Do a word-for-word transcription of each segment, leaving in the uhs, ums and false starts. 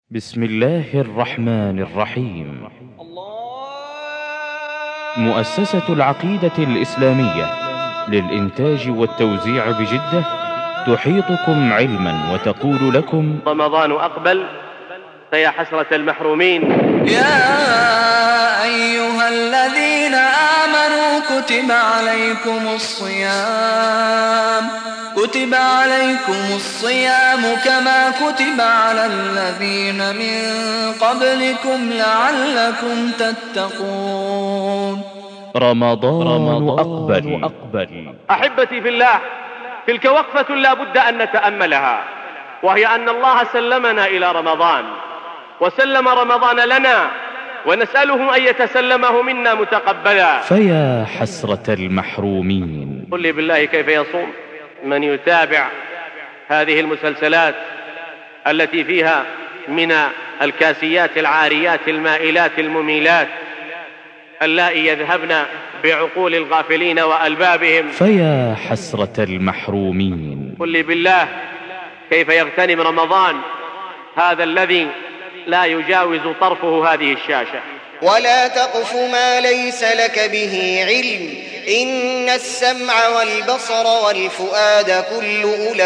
بسم الله الرحمن الرحيم. مؤسسة العقيدة الإسلامية للإنتاج والتوزيع بجدة تحيطكم علما وتقول لكم: رمضان أقبل فيا حسرة المحرومين. يا أيها الذين آمنوا كتب عليكم الصيام كتب عليكم الصيام كما كتب على الذين من قبلكم لعلكم تتقون. رمضان, رمضان أقبل, أقبل أحبتي في الله، تلك وقفة لا بد أن نتأملها، وهي أن الله سلمنا إلى رمضان وسلم رمضان لنا، ونسأله أن يتسلمه منا متقبلا. فيا حسرة المحرومين، قل لي بالله كيف يصوم من يتابع هذه المسلسلات التي فيها من الكاسيات العاريات المائلات المميلات اللائي يذهبن بعقول الغافلين وألبابهم. فيا حسرة المحرومين، قل لي بالله كيف يغتنم رمضان هذا الذي لا يجاوز طرفه هذه الشاشة. ولا تقف ما ليس لك به علم، إن السمع والبصر والفؤاد كل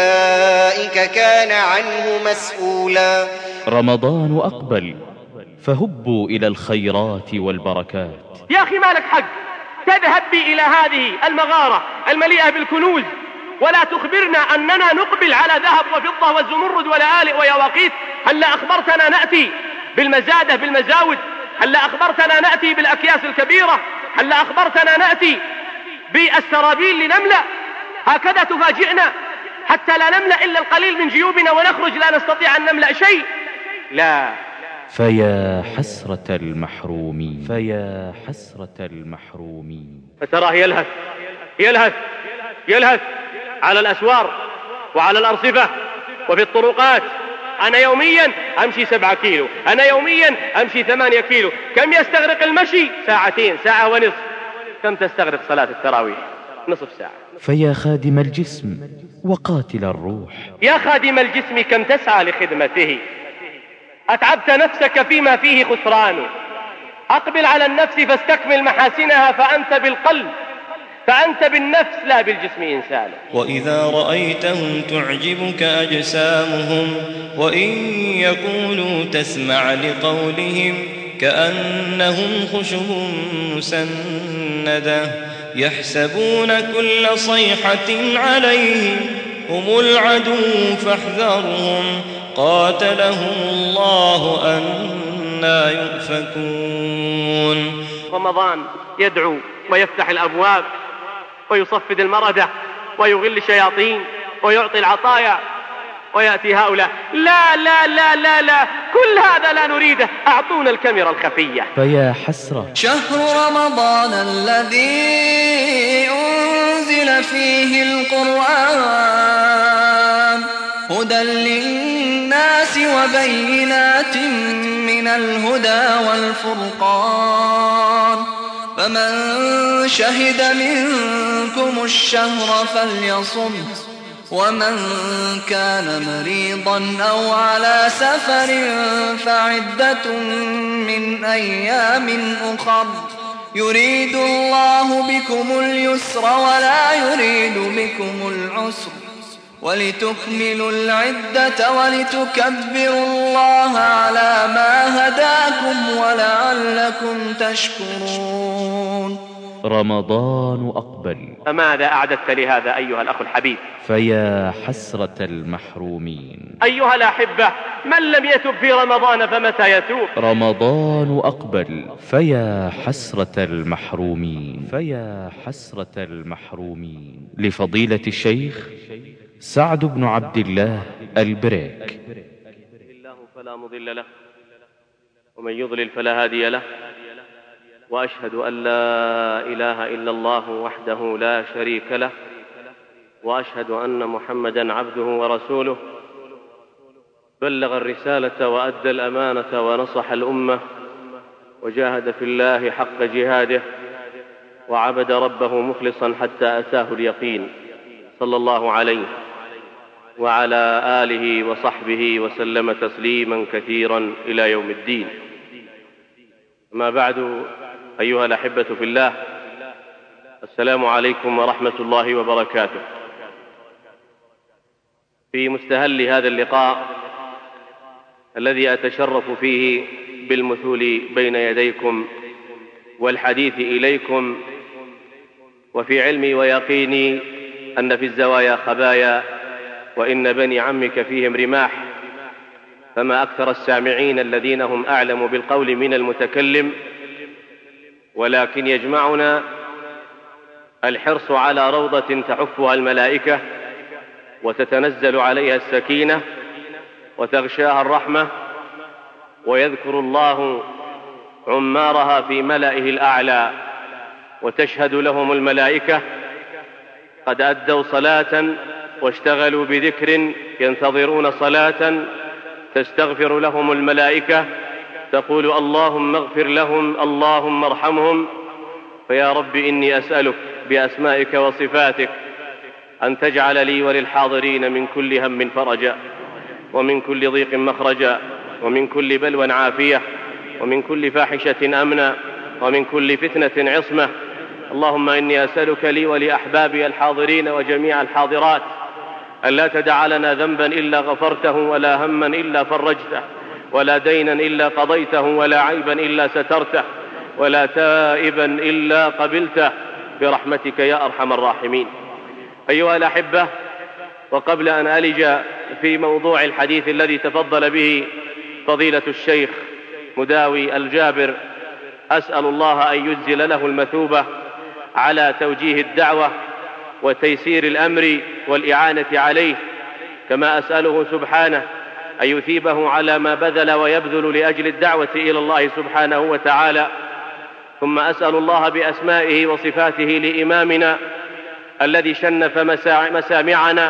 أولئك كان عنه مسؤولا. رمضان أقبل فهبوا إلى الخيرات والبركات. يا أخي ما لك حق تذهب بي إلى هذه المغارة المليئة بالكنوز ولا تخبرنا أننا نقبل على ذهب وفضة والزمرد والآلئ ويواقيت؟ هل أخبرتنا نأتي بالمزادة بالمزاود؟ هل أخبرتنا نأتي بالأكياس الكبيرة؟ هل أخبرتنا نأتي بالسرابيل لنملأ؟ هكذا تفاجئنا حتى لا نملأ إلا القليل من جيوبنا ونخرج لا نستطيع أن نملأ شيء؟ لا. فيا حسرة المحرومين، فيا حسرة المحرومين. فتراه يلهث يلهث يلهث على الأسوار وعلى الأرصفة وفي الطرقات. أنا يوميا أمشي سبعة كيلو، أنا يوميا أمشي ثمانية كيلو. كم يستغرق المشي؟ ساعتين، ساعة ونصف. كم تستغرق صلاة التراويح؟ نصف ساعة. فيا خادم الجسم وقاتل الروح، يا خادم الجسم كم تسعى لخدمته، أتعبت نفسك فيما فيه خسران. أقبل على النفس فاستكمل محاسنها، فأنت بالقلب فأنت بالنفس لا بالجسم إنسان. وإذا رأيتهم تعجبك أجسامهم وإن يقولوا تسمع لقولهم كأنهم خشب مسندة يحسبون كل صيحة عليهم هم العدو فاحذرهم قاتلهم الله أنى يؤفكون. رمضان يدعو ويفتح الأبواب ويصفد المردة ويغل الشياطين ويعطي العطايا، ويأتي هؤلاء لا لا لا لا لا كل هذا لا نريده، أعطونا الكاميرا الخفية. فيا حسرة. شهر رمضان الذي أنزل فيه القرآن هدى للناس وبينات من الهدى والفرقان، فمن شهد منكم الشهر فليصم، ومن كان مريضا أو على سفر فعدة من أيام أخر، يريد الله بكم اليسر ولا يريد بكم العسر، ولتكملوا العدة ولتكبروا الله على ما هداكم ولعلكم تشكرون. رمضان أقبل فماذا أعددت لهذا أيها الأخ الحبيب؟ فيا حسرة المحرومين. أيها الأحبة، من لم يتب في رمضان فمتى يتوب؟ رمضان أقبل فيا حسرة المحرومين، فيا حسرة المحرومين. لفضيلة الشيخ سعد بن عبد الله البريك. الله فلا مضل له ومن يضلل فلا هادي له، وأشهد أن لا إله إلا الله وحده لا شريك له، وأشهد أن محمدا عبده ورسوله، بلغ الرسالة وأدى الأمانة ونصح الأمة وجاهد في الله حق جهاده وعبد ربه مخلصا حتى أتاه اليقين، صلى الله عليه وعلى آله وصحبه وسلم تسليما كثيرا إلى يوم الدين. ما بعد، أيها الأحبة في الله، السلام عليكم ورحمة الله وبركاته. في مستهل هذا اللقاء الذي أتشرف فيه بالمثول بين يديكم والحديث إليكم، وفي علمي ويقيني أن في الزوايا خبايا وإن بني عمك فيهم رماح، فما أكثر السامعين الذين هم أعلم بالقول من المتكلم، ولكن يجمعنا الحرص على روضة تحفها الملائكة وتتنزل عليها السكينة وتغشاها الرحمة، ويذكر الله عمارها في ملئه الأعلى وتشهد لهم الملائكة قد أدوا صلاة واشتغلوا بذكر ينتظرون صلاة تستغفر لهم الملائكة تقول اللهم اغفر لهم اللهم ارحمهم. فيا رب إني أسألك بأسمائك وصفاتك أن تجعل لي وللحاضرين من كل هم فرجا، ومن كل ضيق مخرجا، ومن كل بلوى عافية، ومن كل فاحشة أمنا، ومن كل فتنة عصمة. اللهم إني أسألك لي ولأحبابي الحاضرين وجميع الحاضرات ألا تدع لنا ذنبا إلا غفرته، ولا هما إلا فرجته، ولا دينا إلا قضيته، ولا عيبا إلا سترته، ولا تائبا إلا قبلته، برحمتك يا أرحم الراحمين. أيها الأحبة، وقبل أن ألج في موضوع الحديث الذي تفضل به فضيلة الشيخ مداوي الجابر، أسأل الله أن يجزل له المثوبة على توجيه الدعوة وتيسير الأمر والإعانة عليه، كما أسأله سبحانه أن يثيبه على ما بذل ويبذل لأجل الدعوة إلى الله سبحانه وتعالى. ثم أسأل الله بأسمائه وصفاته لإمامنا الذي شنف مسامعنا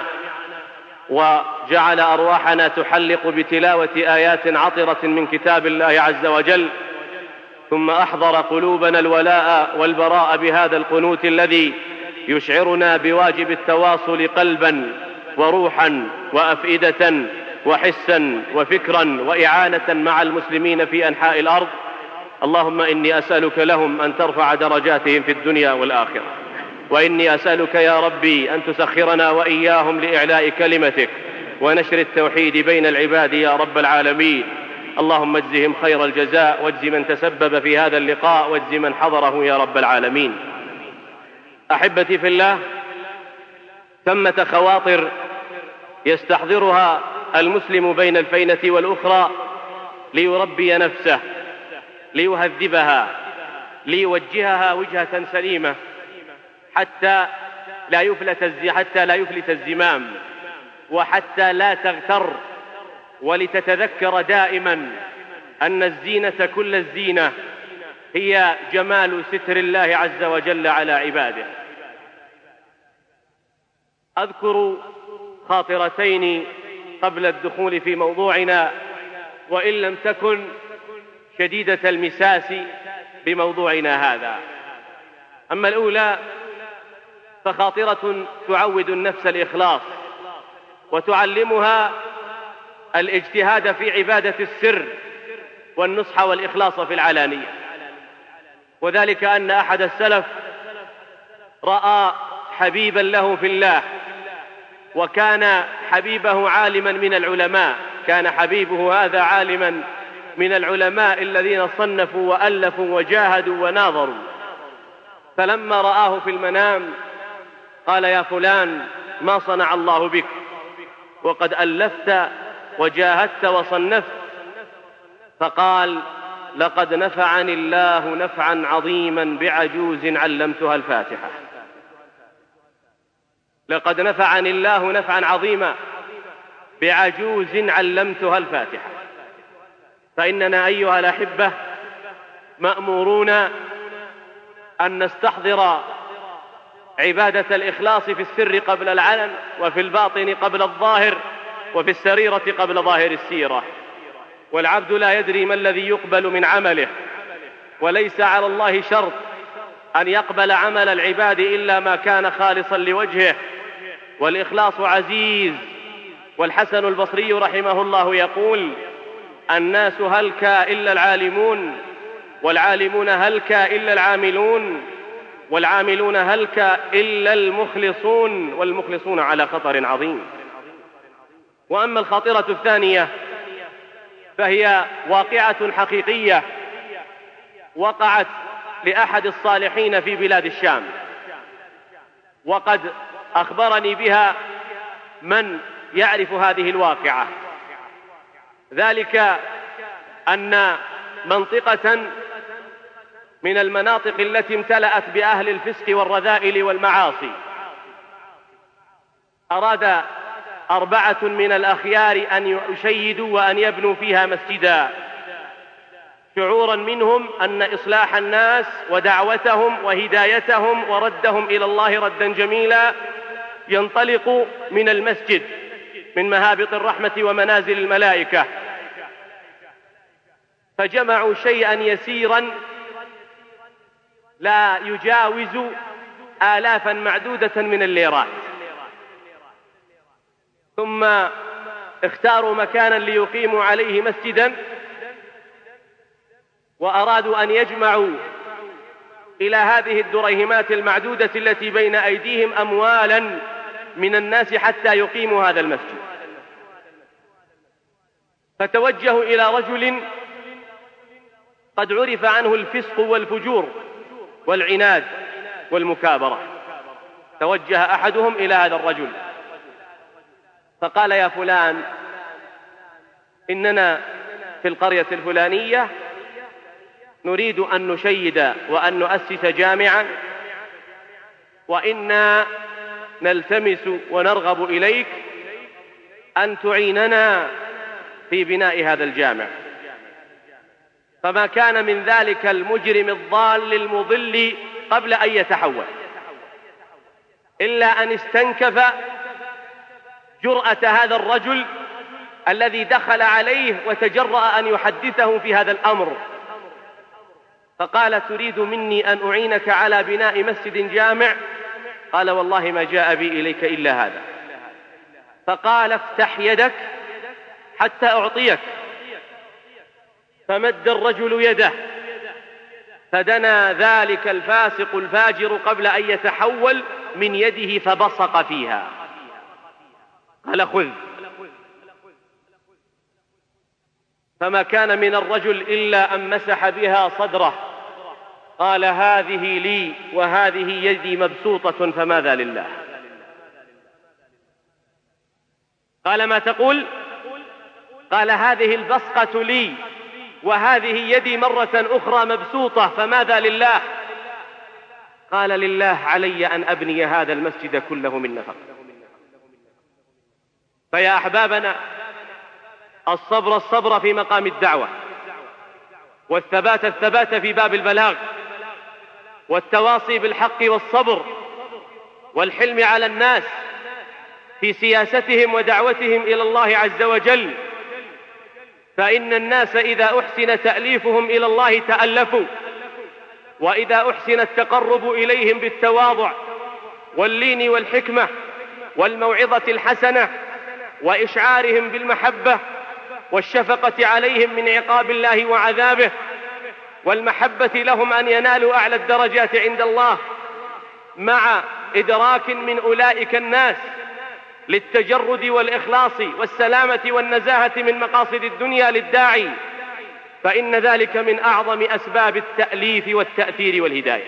وجعل أرواحنا تحلق بتلاوة آيات عطرة من كتاب الله عز وجل، ثم أحضر قلوبنا الولاء والبراء بهذا القنوت الذي يشعرنا بواجب التواصل قلبا وروحا وأفئدة وحسا وفكرا وإعانة مع المسلمين في أنحاء الأرض. اللهم إني أسألك لهم أن ترفع درجاتهم في الدنيا والآخرة، وإني أسألك يا ربي أن تسخرنا وإياهم لإعلاء كلمتك ونشر التوحيد بين العباد يا رب العالمين. اللهم اجزهم خير الجزاء، واجز من تسبب في هذا اللقاء، واجز من حضره يا رب العالمين. أحبتي في الله، ثمة خواطر يستحضرها المسلم بين الفينة والأخرى ليربي نفسه، ليهذبها، ليوجهها وجهة سليمة، حتى لا يفلت حتى لا يفلت الزمام، وحتى لا تغتر، ولتتذكر دائما أن الزينة كل الزينة هي جمال ستر الله عز وجل على عباده. أذكر خاطرتين قبل الدخول في موضوعنا، وإن لم تكن شديدة المساس بموضوعنا هذا. أما الأولى فخاطرة تعود النفس الإخلاص وتعلمها الاجتهاد في عبادة السر والنصح والإخلاص في العلانية. وذلك أن أحد السلف رأى حبيبا له في الله، وكان حبيبه عالما من العلماء، كان حبيبه هذا عالما من العلماء الذين صنفوا وألفوا وجاهدوا وناظروا. فلما رآه في المنام قال يا فلان ما صنع الله بك، وقد ألفت وجاهدت وصنفت؟ فقال لقد نفعني الله نفعا عظيما بعجوز علمتها الفاتحة. لقد نفعني الله نفعا عظيما بعجوز علمتها الفاتحة. فإننا أيها الأحبة مأمورون أن نستحضر عبادة الإخلاص في السر قبل العلن، وفي الباطن قبل الظاهر، وفي السريرة قبل ظاهر السيرة. والعبد لا يدري ما الذي يقبل من عمله، وليس على الله شرط أن يقبل عمل العباد إلا ما كان خالصا لوجهه. والإخلاص عزيز والحسن البصري رحمه الله يقول: الناس هلك إلا العالمون، والعالمون هلك إلا العاملون، والعاملون هلك إلا المخلصون، والمخلصون على خطر عظيم. وأما الخاطرة الثانية فهي واقعة حقيقية وقعت لأحد الصالحين في بلاد الشام، وقد أخبرني بها من يعرف هذه الواقعة. ذلك أن منطقة من المناطق التي امتلأت بأهل الفسق والرذائل والمعاصي أراد أربعة من الأخيار أن يشيدوا وأن يبنوا فيها مسجدا، شعورا منهم أن إصلاح الناس ودعوتهم وهدايتهم وردهم إلى الله ردا جميلا ينطلق من المسجد، من مهابط الرحمة ومنازل الملائكة. فجمعوا شيئا يسيرا لا يجاوز آلافا معدودة من الليرات، ثم اختاروا مكانا ليقيموا عليه مسجدا، وأرادوا أن يجمعوا إلى هذه الدريهمات المعدودة التي بين أيديهم أموالا من الناس حتى يقيموا هذا المسجد. فتوجهوا إلى رجل قد عرف عنه الفسق والفجور والعناد والمكابرة. توجه أحدهم إلى هذا الرجل فقال: يا فلان، إننا في القرية الفلانية نريد أن نشيد وأن نؤسس جامعا، وإنا نلتمس ونرغب إليك أن تعيننا في بناء هذا الجامع. فما كان من ذلك المجرم الضال المضل قبل أن يتحول إلا أن استنكف جرأة هذا الرجل الذي دخل عليه وتجرأ أن يحدثه في هذا الأمر، فقال: تريد مني أن أعينك على بناء مسجد جامع؟ قال: والله ما جاء بي إليك إلا هذا. فقال: افتح يدك حتى أعطيك. فمد الرجل يده فدنا ذلك الفاسق الفاجر قبل أن يتحول من يده فبصق فيها، قال: خذ. فما كان من الرجل إلا أن مسح بها صدره، قال: هذه لي وهذه يدي مبسوطة فماذا لله؟ قال: ما تقول؟ قال: هذه البصقة لي وهذه يدي مرة أخرى مبسوطة فماذا لله؟ قال: لله علي أن أبني هذا المسجد كله من نفق. فيا أحبابنا، الصبر الصبر في مقام الدعوة، والثبات الثبات في باب البلاغ، والتواصي بالحق والصبر، والحلم على الناس في سياستهم ودعوتهم إلى الله عز وجل. فإن الناس إذا أحسن تأليفهم إلى الله تألفوا، وإذا أحسن التقرب إليهم بالتواضع واللين والحكمة والموعظة الحسنة وإشعارهم بالمحبة والشفقة عليهم من عقاب الله وعذابه، والمحبة لهم أن ينالوا أعلى الدرجات عند الله، مع إدراك من أولئك الناس للتجرد والإخلاص والسلامة والنزاهة من مقاصد الدنيا للداعي، فإن ذلك من أعظم أسباب التأليف والتأثير والهداية.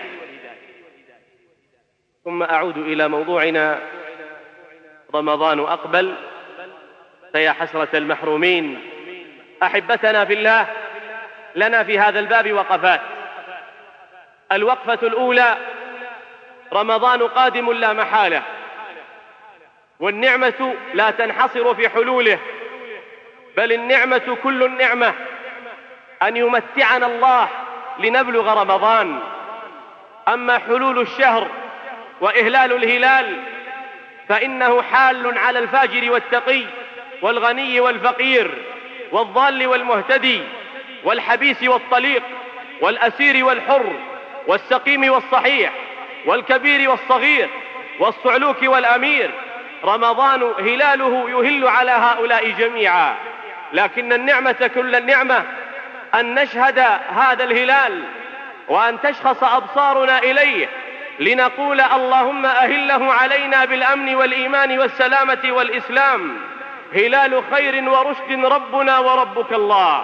ثم أعود إلى موضوعنا: رمضان أقبل، فيا حسرة المحرومين. أحبتنا في الله، لنا في هذا الباب وقفات. الوقفة الأولى: رمضان قادم لا محالة، والنعمة لا تنحصر في حلوله، بل النعمة كل النعمة أن يمتعنا الله لنبلغ رمضان. أما حلول الشهر وإهلال الهلال فإنه حال على الفاجر والتقي والغني والفقير والضال والمهتدي والحبيس والطليق والأسير والحر والسقيم والصحيح والكبير والصغير والصعلوك والأمير رمضان هلاله يهل على هؤلاء جميعا، لكن النعمة كل النعمة أن نشهد هذا الهلال وأن تشخص أبصارنا إليه لنقول اللهم أهله علينا بالأمن والإيمان والسلامة والإسلام. هلال خير ورشد ربنا وربك الله.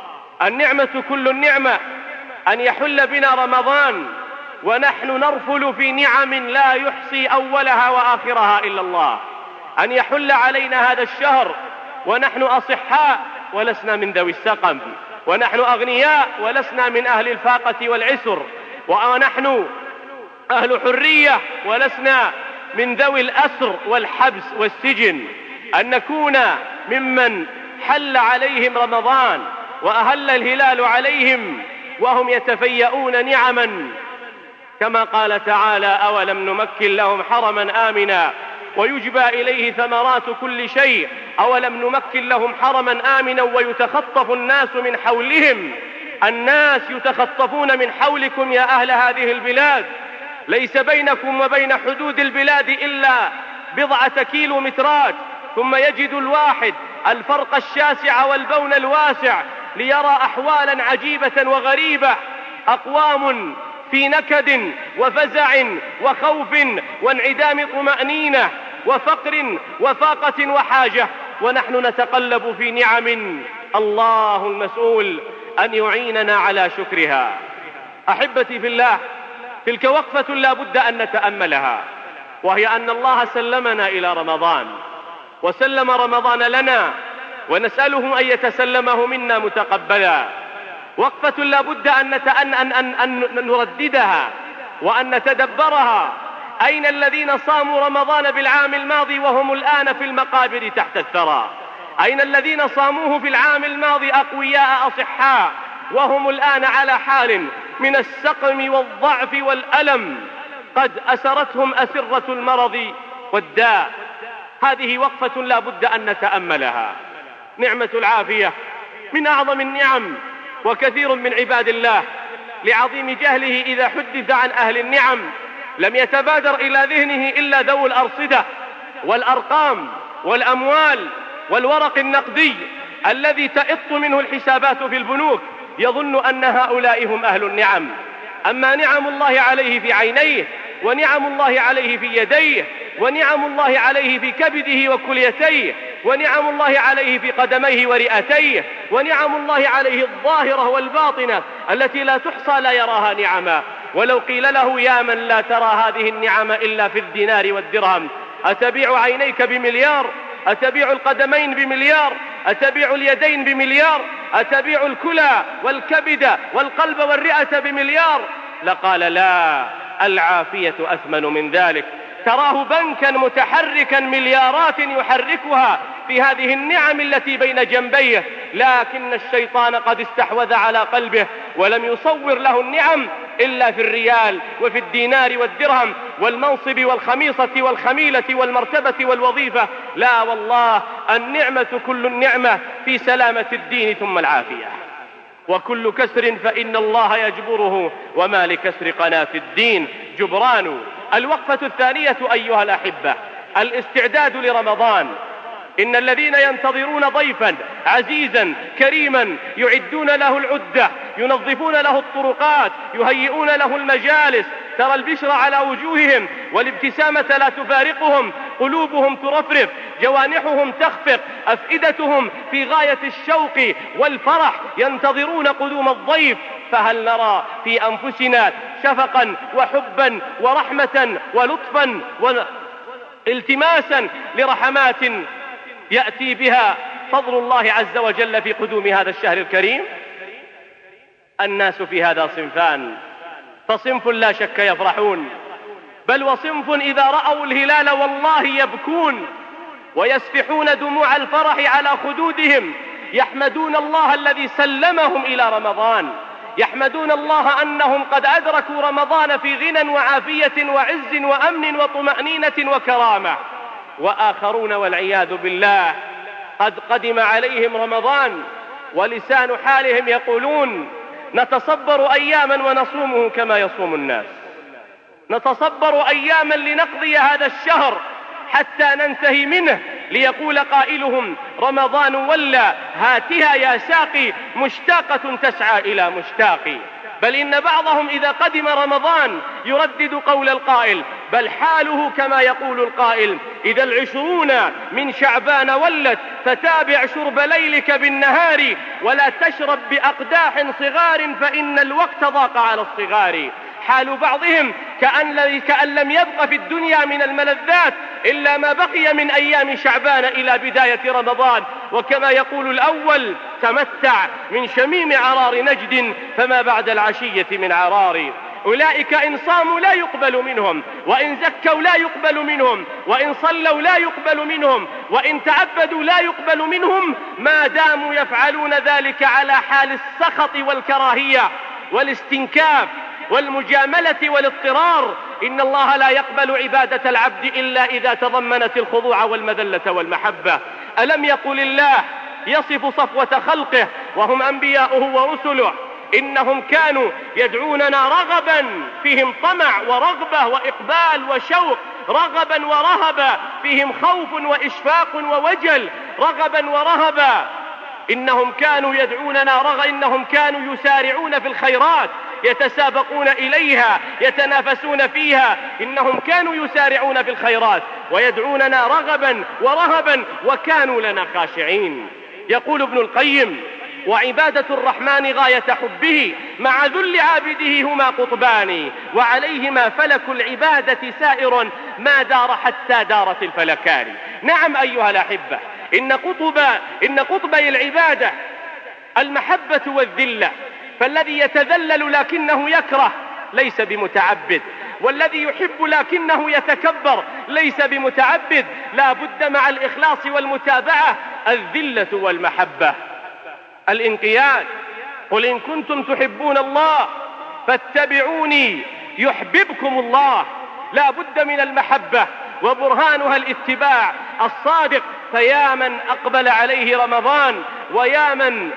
النعمة كل النعمة أن يحل بنا رمضان ونحن نرفل في نعم لا يحصي أولها وآخرها إلا الله، أن يحل علينا هذا الشهر ونحن أصحاء ولسنا من ذوي السقم، ونحن أغنياء ولسنا من أهل الفاقة والعسر، ونحن أهل حرية ولسنا من ذوي الأسر والحبس والسجن، أن نكون ممن حل عليهم رمضان وأهل الهلال عليهم وهم يتفيئون نعما، كما قال تعالى أولم نمكن لهم حرما آمنا ويجبى إليه ثمرات كل شيء أولم نمكن لهم حرما آمنا ويتخطف الناس من حولهم. الناس يتخطفون من حولكم يا أهل هذه البلاد، ليس بينكم وبين حدود البلاد إلا بضعة كيلو مترات، ثم يجد الواحد الفرق الشاسع والبون الواسع ليرى أحوالا عجيبة وغريبة، أقوام في نكد وفزع وخوف وانعدام طمأنينة وفقر وفاقة وحاجة، ونحن نتقلب في نعم الله المسؤول أن يعيننا على شكرها. أحبتي في الله، تلك وقفة لا بد أن نتأملها، وهي أن الله سلمنا إلى رمضان وسلم رمضان لنا، ونسأله أن يتسلمه منا متقبلا. وقفة لا بد أن, أن, أن, أن, أن نرددها وأن نتدبرها. أين الذين صاموا رمضان بالعام الماضي وهم الآن في المقابر تحت الثرى؟ أين الذين صاموه في العام الماضي أقوياء أصحاء وهم الآن على حال من السقم والضعف والألم قد أسرتهم أسرة المرض والداء؟ هذه وقفة لا بد أن نتأملها. نعمة العافية من أعظم النعم، وكثير من عباد الله لعظيم جهله إذا حدث عن أهل النعم لم يتبادر إلى ذهنه إلا ذو الأرصدة والأرقام والأموال والورق النقدي الذي تئط منه الحسابات في البنوك، يظن أن هؤلاء هم أهل النعم. أما نعم الله عليه في عينيه، ونعم الله عليه في يديه، ونعم الله عليه في كبده وكليتيه، ونعم الله عليه في قدميه ورئتيه، ونعم الله عليه الظاهرة والباطنة التي لا تحصى لا يراها نعما. ولو قيل له يا من لا ترى هذه النعم إلا في الدينار والدرهم، أتبيع عينيك بمليار؟ أتبيع القدمين بمليار؟ أتبيع اليدين بمليار؟ أتبيع الكلى والكبد والقلب والرئة بمليار؟ لقال لا، العافية أثمن من ذلك. تراه بنكا متحركا مليارات يحركها في هذه النعم التي بين جنبيه، لكن الشيطان قد استحوذ على قلبه ولم يصور له النعم إلا في الريال وفي الدينار والدرهم والمنصب والخميصة والخميلة والمرتبة والوظيفة. لا والله، النعمة كل النعمة في سلامة الدين ثم العافية. وكل كسر فإن الله يجبره، وما لكسر قناة الدين جبران. الوقفة الثانية أيها الأحبة الاستعداد لرمضان. إن الذين ينتظرون ضيفا عزيزا كريما يعدون له العدة، ينظفون له الطرقات، يهيئون له المجالس. ترى البشر على وجوههم والابتسامة لا تفارقهم، قلوبهم ترفرف، جوانحهم تخفق، أفئدتهم في غاية الشوق والفرح، ينتظرون قدوم الضيف. فهل نرى في أنفسنا شفقا وحبا ورحمة ولطفا والتماسا لرحمات يأتي بها فضل الله عز وجل في قدوم هذا الشهر الكريم؟ الناس في هذا صنفان، فصنف لا شك يفرحون، بل وصنف إذا رأوا الهلال والله يبكون ويسفحون دموع الفرح على خدودهم، يحمدون الله الذي سلمهم إلى رمضان، يحمدون الله أنهم قد أدركوا رمضان في غنى وعافية وعز وأمن وطمأنينة وكرامة. وآخرون والعياذ بالله قد قدم عليهم رمضان ولسان حالهم يقولون نتصبر أياما ونصومه كما يصوم الناس، نتصبر أياما لنقضي هذا الشهر حتى ننتهي منه ليقول قائلهم رمضان ولى هاتها يا ساقي مشتاقة تسعى إلى مشتاقي. بل إن بعضهم إذا قدم رمضان يردد قول القائل بل حاله كما يقول القائل إذا العشرون من شعبان ولت فتابع شرب ليلك بالنهار ولا تشرب بأقداح صغار فإن الوقت ضاق على الصغار. حال بعضهم كأن, كأن لم يبق في الدنيا من الملذات إلا ما بقي من أيام شعبان إلى بداية رمضان. وكما يقول الأول تمتع من شميم عرار نجد فما بعد العشية من عرار. أولئك إن صاموا لا يقبل منهم، وإن زكوا لا يقبل منهم، وإن صلوا لا يقبل منهم، وإن تعبدوا لا يقبل منهم ما داموا يفعلون ذلك على حال السخط والكراهية والاستنكاف والمجاملة والاضطرار. إن الله لا يقبل عبادة العبد إلا إذا تضمنت الخضوع والمذلة والمحبة. ألم يقل الله يصف صفوة خلقه وهم أنبياؤه ورسله إنهم كانوا يدعوننا رغبا فيهم طمع ورغبة وإقبال وشوق، رغبا ورهبا فيهم خوف وإشفاق ووجل، رغبا ورهبا. إنهم كانوا يدعوننا رغبا، إنهم كانوا يسارعون في الخيرات يتسابقون إليها يتنافسون فيها. إنهم كانوا يسارعون في الخيرات ويدعوننا رغبا ورهبا وكانوا لنا خاشعين. يقول ابن القيم وعبادة الرحمن غاية حبه مع ذل عابده هما قطبان وعليهما فلك العبادة سائر ما دار حتى دارت الفلكان. نعم أيها الأحبة، إن قطب إن قطبي العبادة المحبة والذلة، فالذي يتذلل لكنه يكره ليس بمتعبد، والذي يحب لكنه يتكبر ليس بمتعبد. لا بد مع الإخلاص والمتابعة الذلة والمحبة. الانقياد، قل إن كنتم تحبون الله فاتبعوني يحببكم الله. لا بد من المحبة وبرهانها الاتباع الصادق. فيا من أقبل عليه رمضان ويا من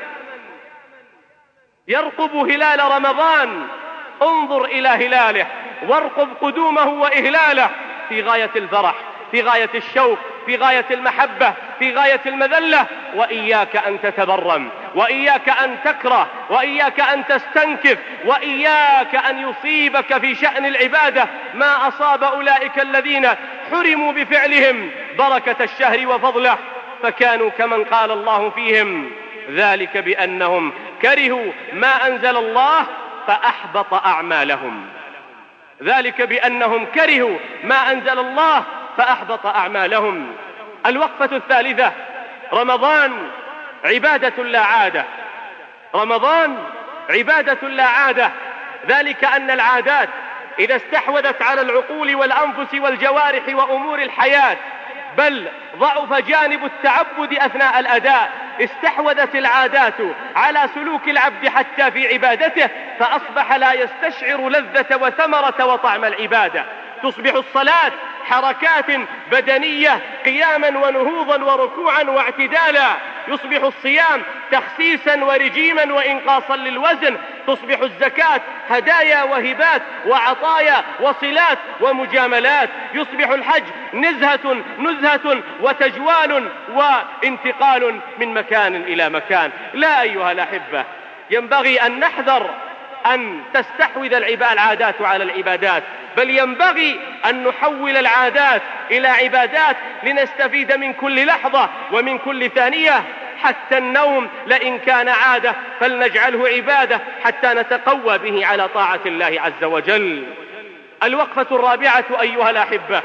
يرقب هلال رمضان انظر إلى هلاله وارقب قدومه وإهلاله في غاية الفرح، في غاية الشوق، في غاية المحبة، في غاية المذلة. وإياك أن تتبرم، وإياك أن تكره، وإياك أن تستنكف، وإياك أن يصيبك في شأن العبادة ما أصاب أولئك الذين حرموا بفعلهم بركة الشهر وفضله فكانوا كمن قال الله فيهم ذلك بأنهم كرهوا ما أنزل الله فأحبط أعمالهم. ذلك بأنهم كرهوا ما أنزل الله فأحبط أعمالهم. الوقفة الثالثة، رمضان عبادة لا عادة. رمضان عبادة لا عادة، ذلك أن العادات إذا استحوذت على العقول والأنفس والجوارح وأمور الحياة بل ضعف جانب التعبد أثناء الأداء، استحوذت العادات على سلوك العبد حتى في عبادته فأصبح لا يستشعر لذة وثمرة وطعم العبادة. تصبح الصلاة حركات بدنية قياما ونهوضا وركوعا واعتدالا، يصبح الصيام تخسيسا ورجيما وإنقاصا للوزن، تصبح الزكاة هدايا وهبات وعطايا وصلات ومجاملات، يصبح الحج نزهة نزهة وتجوال وانتقال من مكان إلى مكان. لا أيها الأحبة، ينبغي أن نحذر أن تستحوذ العادات على العبادات، بل ينبغي أن نحول العادات إلى عبادات لنستفيد من كل لحظة ومن كل ثانية. حتى النوم لئن كان عادة فلنجعله عبادة حتى نتقوى به على طاعة الله عز وجل. الوقفة الرابعة أيها الأحبة،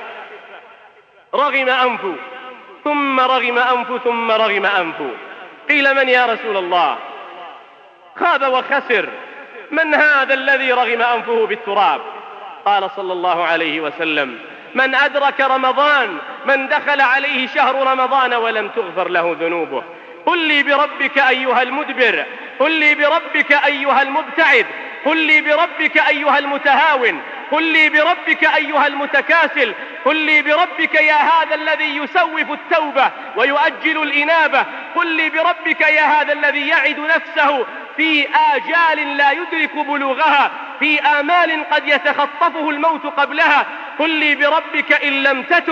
رغم أنف ثم رغم أنف ثم رغم أنف. قيل من يا رسول الله؟ خاب وخسر، من هذا الذي رغم أنفه بالتراب؟ قال صلى الله عليه وسلم من أدرك رمضان، من دخل عليه شهر رمضان ولم تغفر له ذنوبه. قل لي بربك أيها المدبر، قل لي بربك أيها المبتعد، قل لي بربك أيها المتهاون، قل لي بربك أيها المتكاسل، قل لي بربك يا هذا الذي يسوف التوبة ويؤجل الإنابة، قل لي بربك يا هذا الذي يعد نفسه في آجال لا يدرك بلوغها، في آمال قد يتخطفه الموت قبلها. قل لي بربك إن لم تتب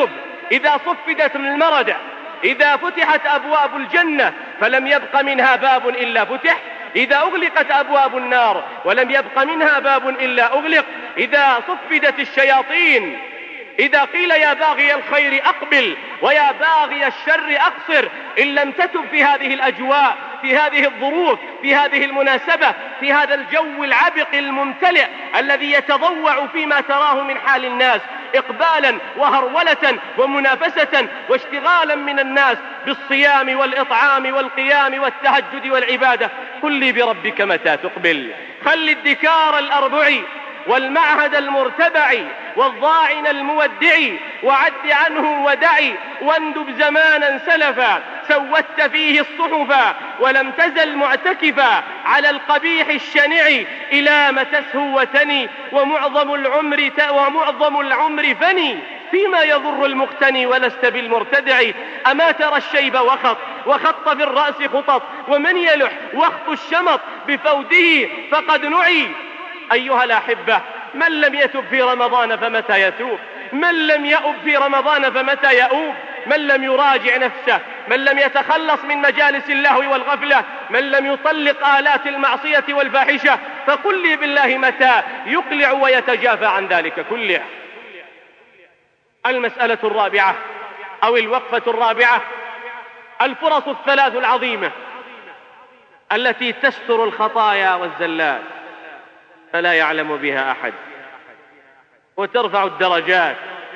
إذا صفدت المردة، إذا فتحت أبواب الجنة فلم يبق منها باب إلا فتح، إذا أغلقت أبواب النار ولم يبق منها باب إلا أغلق، إذا صفدت الشياطين، إذا قيل يا باغي الخير أقبل ويا باغي الشر أقصر، إن لم تتب في هذه الأجواء، في هذه الظروف، في هذه المناسبة، في هذا الجو العبق الممتلئ الذي يتضوع فيما تراه من حال الناس إقبالا وهرولة ومنافسة واشتغالا من الناس بالصيام والإطعام والقيام والتهجد والعبادة، قل لي بربك متى تقبل. خل الدكار الأربع والمعهد المرتبع والضاعن المودع وعد عنه ودعي، واندب زمانا سلفا سودت فيه الصحفا ولم تزل معتكفا على القبيح الشنع، إلى ما تسهو وتني ومعظم العمر ومعظم العمر فني، فيما يضر المقتني ولست بالمرتدع. أما ترى الشيب وخط وخط في الرأس خطط، ومن يلح وخط الشمط بفوده فقد نعي. أيها الأحبة، من لم يتب في رمضان فمتى يتوب؟ من لم يؤب في رمضان فمتى يؤوب؟ من لم يراجع نفسه، من لم يتخلص من مجالس اللهو والغفلة، من لم يطلق آلات المعصية والفاحشة، فقل لي بالله متى يقلع ويتجافى عن ذلك كله. المسألة الرابعة أو الوقفة الرابعة، الفرص الثلاث العظيمة التي تستر الخطايا والزلات فلا يعلم بها أحد، وترفع الدرجات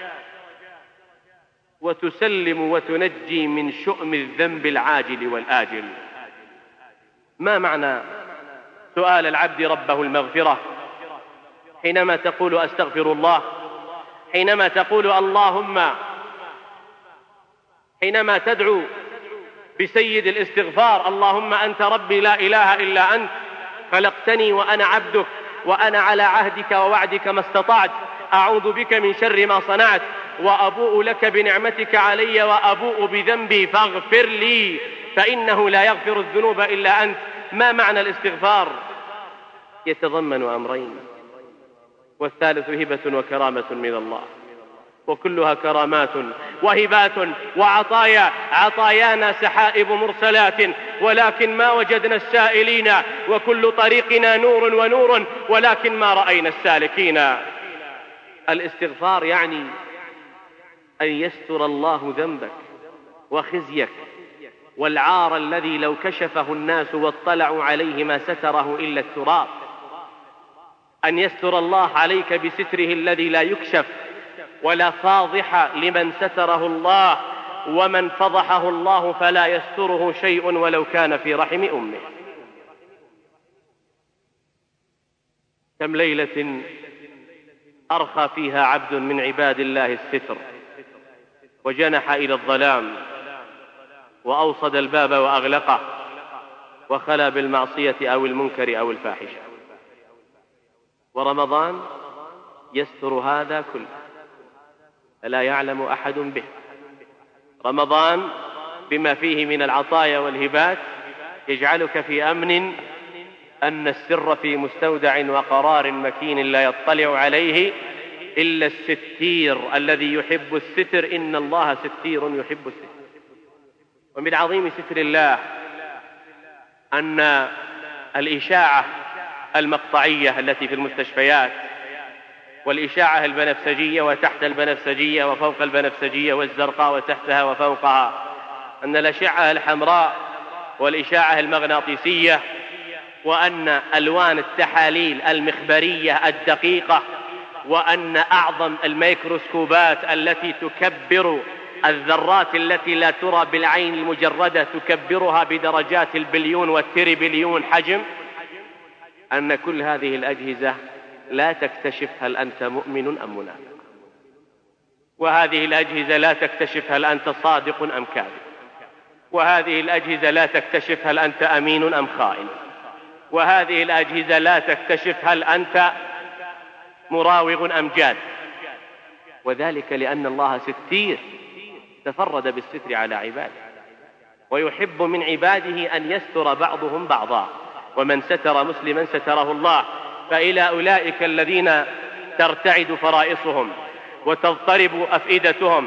وتسلم وتنجي من شؤم الذنب العاجل والآجل. ما معنى سؤال العبد ربه المغفرة حينما تقول أستغفر الله، حينما تقول اللهم، حينما تدعو بسيد الاستغفار اللهم أنت ربي لا إله إلا أنت، خلقتني وأنا عبدك وأنا على عهدك ووعدك ما استطعت، أعوذ بك من شر ما صنعت، وأبوء لك بنعمتك علي وأبوء بذنبي فاغفر لي فإنه لا يغفر الذنوب إلا أنت. ما معنى الاستغفار؟ يتضمن أمرين، والثالث هبة وكرامة من الله، وكلها كرامات وهبات وعطايا. عطايانا سحائب مرسلات ولكن ما وجدنا السائلين، وكل طريقنا نور ونور ولكن ما رأينا السالكين. الاستغفار يعني أن يستر الله ذنبك وخزيك والعار الذي لو كشفه الناس واطلعوا عليه ما ستره إلا التراب، أن يستر الله عليك بستره الذي لا يكشف ولا فاضح لمن ستره الله، ومن فضحه الله فلا يستره شيء ولو كان في رحم أمه. كم ليلة أرخى فيها عبد من عباد الله الستر وجنح إلى الظلام وأوصد الباب وأغلقه وخلا بالمعصية أو المنكر أو الفاحشة، ورمضان يستر هذا كله فلا يعلم أحد به. رمضان بما فيه من العطايا والهبات يجعلك في أمن أن السر في مستودع وقرار مكين لا يطلع عليه إلا الستير الذي يحب الستر، إن الله ستير يحب الستر. ومن عظيم ستر الله أن الإشاعة المقطعية التي في المستشفيات والإشاعة البنفسجية وتحت البنفسجية وفوق البنفسجية والزرقاء وتحتها وفوقها، أن الأشعة الحمراء والإشاعة المغناطيسية وأن ألوان التحاليل المخبرية الدقيقة وأن أعظم الميكروسكوبات التي تكبر الذرات التي لا ترى بالعين المجردة تكبرها بدرجات البليون والتريبليون حجم، أن كل هذه الأجهزة لا تكتشف هل أنت مؤمن أم منافق، وهذه الأجهزة لا تكتشف هل أنت صادق أم كاذب، وهذه الأجهزة لا تكتشف هل أنت أمين أم خائن، وهذه الأجهزة لا تكتشف هل أنت مراوغ أم جاد، وذلك لأن الله ستير تفرد بالستر على عباده، ويحب من عباده أن يستر بعضهم بعضا، ومن ستر مسلما ستره الله. فإلى أولئك الذين ترتعد فرائصهم وتضطرب أفئدتهم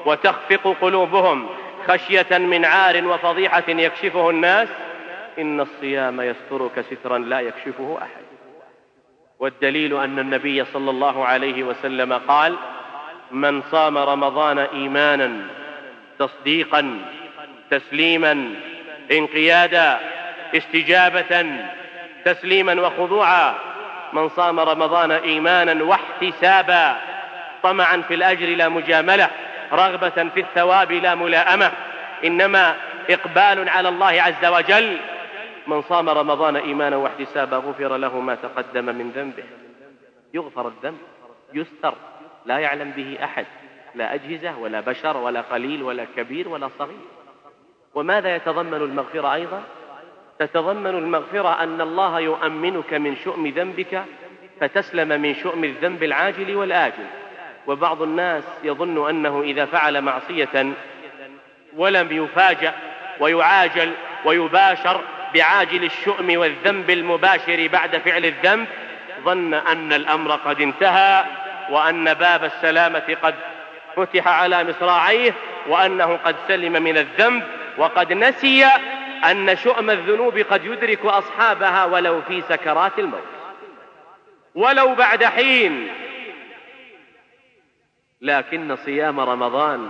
وتخفق قلوبهم خشية من عار وفضيحة يكشفه الناس، إن الصيام يسترك سترا لا يكشفه أحد. والدليل أن النبي صلى الله عليه وسلم قال: من صام رمضان إيمانا تصديقا تسليما انقيادا استجابة تسليما وخضوعا، من صام رمضان إيمانا واحتسابا طمعا في الأجر لا مجاملة، رغبة في الثواب لا ملاءمة، إنما إقبال على الله عز وجل، من صام رمضان إيمانا واحتسابا غفر له ما تقدم من ذنبه. يغفر الذنب، يستر، لا يعلم به أحد، لا أجهزة ولا بشر ولا قليل ولا كبير ولا صغير. وماذا يتضمن المغفرة أيضا؟ تتضمن المغفرة أن الله يؤمنك من شؤم ذنبك فتسلم من شؤم الذنب العاجل والآجل. وبعض الناس يظن أنه إذا فعل معصية ولم يفاجأ ويعاجل ويباشر بعاجل الشؤم والذنب المباشر بعد فعل الذنب، ظن أن الأمر قد انتهى، وأن باب السلامة قد فتح على مصراعيه، وأنه قد سلم من الذنب، وقد نسي أن شؤم الذنوب قد يدرك أصحابها ولو في سكرات الموت، ولو بعد حين. لكن صيام رمضان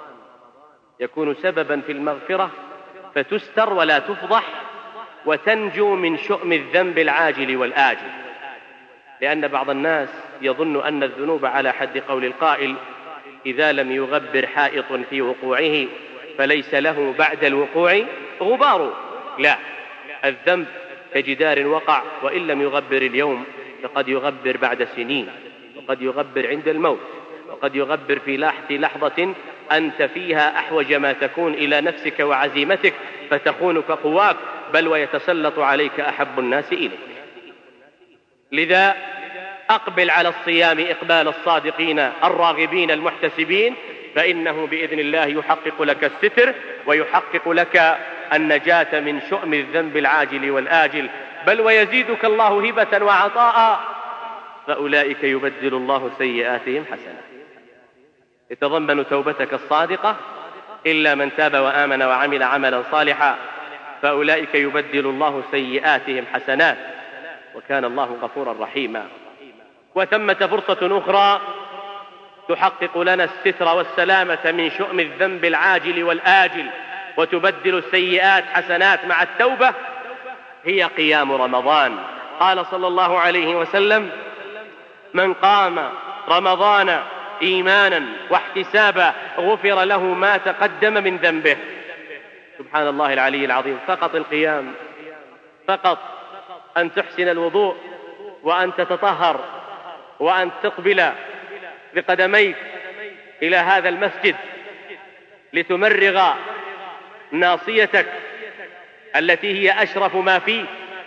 يكون سببا في المغفرة، فتستر ولا تفضح، وتنجو من شؤم الذنب العاجل والآجل. لأن بعض الناس يظن أن الذنوب على حد قول القائل: إذا لم يغبر حائط في وقوعه فليس له بعد الوقوع غبار. لا، الذنب كجدار وقع، وإن لم يغبر اليوم فقد يغبر بعد سنين، وقد يغبر عند الموت، وقد يغبر في لحظة أنت فيها أحوج ما تكون إلى نفسك وعزيمتك فتخونك قواك، بل ويتسلط عليك أحب الناس إليك. لذا أقبل على الصيام إقبال الصادقين الراغبين المحتسبين، فإنه بإذن الله يحقق لك الستر، ويحقق لك النجاة من شؤم الذنب العاجل والآجل، بل ويزيدك الله هبة وعطاء، فأولئك يبدل الله سيئاتهم حسنات. يتضمن توبتك الصادقة: إلا من تاب وآمن وعمل عملا صالحا فأولئك يبدل الله سيئاتهم حسنات، وكان الله غفورا رحيما. وثمة فرصة أخرى تحقق لنا الستر والسلامة من شؤم الذنب العاجل والآجل وتبدل السيئات حسنات مع التوبة، هي قيام رمضان. قال صلى الله عليه وسلم: من قام رمضان إيمانا واحتسابا غفر له ما تقدم من ذنبه. سبحان الله العلي العظيم. فقط القيام، فقط أن تحسن الوضوء وأن تتطهر وأن تقبل بقدميك إلى هذا المسجد لتمرغ ناصيتك التي هي أشرف ما فيه،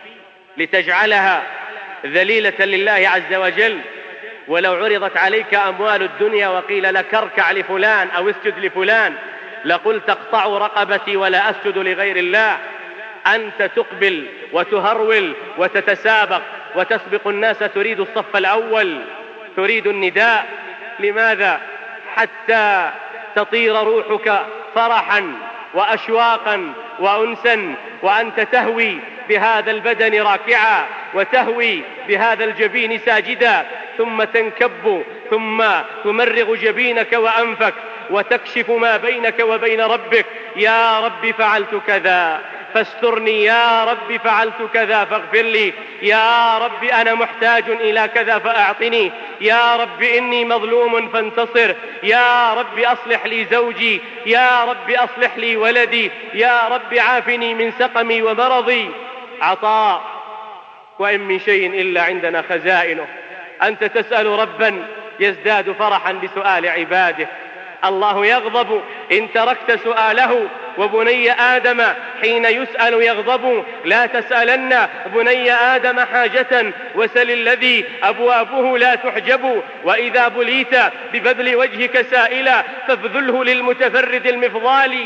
لتجعلها ذليلة لله عز وجل. ولو عرضت عليك أموال الدنيا وقيل لك اركع لفلان أو اسجد لفلان لقلت اقطعوا رقبتي ولا أسجد لغير الله. أنت تقبل وتهرول وتتسابق وتسبق الناس، تريد الصف الأول، تريد النداء. لماذا؟ حتى تطير روحك فرحا وأشواقا وأنسا، وأنت تهوي بهذا البدن راكعا، وتهوي بهذا الجبين ساجدا، ثم تنكب، ثم تمرغ جبينك وأنفك وتكشف ما بينك وبين ربك: يا رب فعلت كذا فاسترني، يا رب فعلت كذا فاغفر لي، يا رب أنا محتاج إلى كذا فأعطني، يا رب إني مظلوم فانتصر، يا رب أصلح لي زوجي، يا رب أصلح لي ولدي، يا رب عافني من سقمي ومرضي. عطاء، وإن من شيء إلا عندنا خزائنه. أنت تسأل ربا يزداد فرحا بسؤال عباده. الله يغضب إن تركت سؤاله، وبني آدم حين يسأل يغضب. لا تسألن بني آدم حاجة وسل الذي أبوابه لا تحجب. وإذا بليت ببذل وجهك سائلا فابذله للمتفرد المفضال.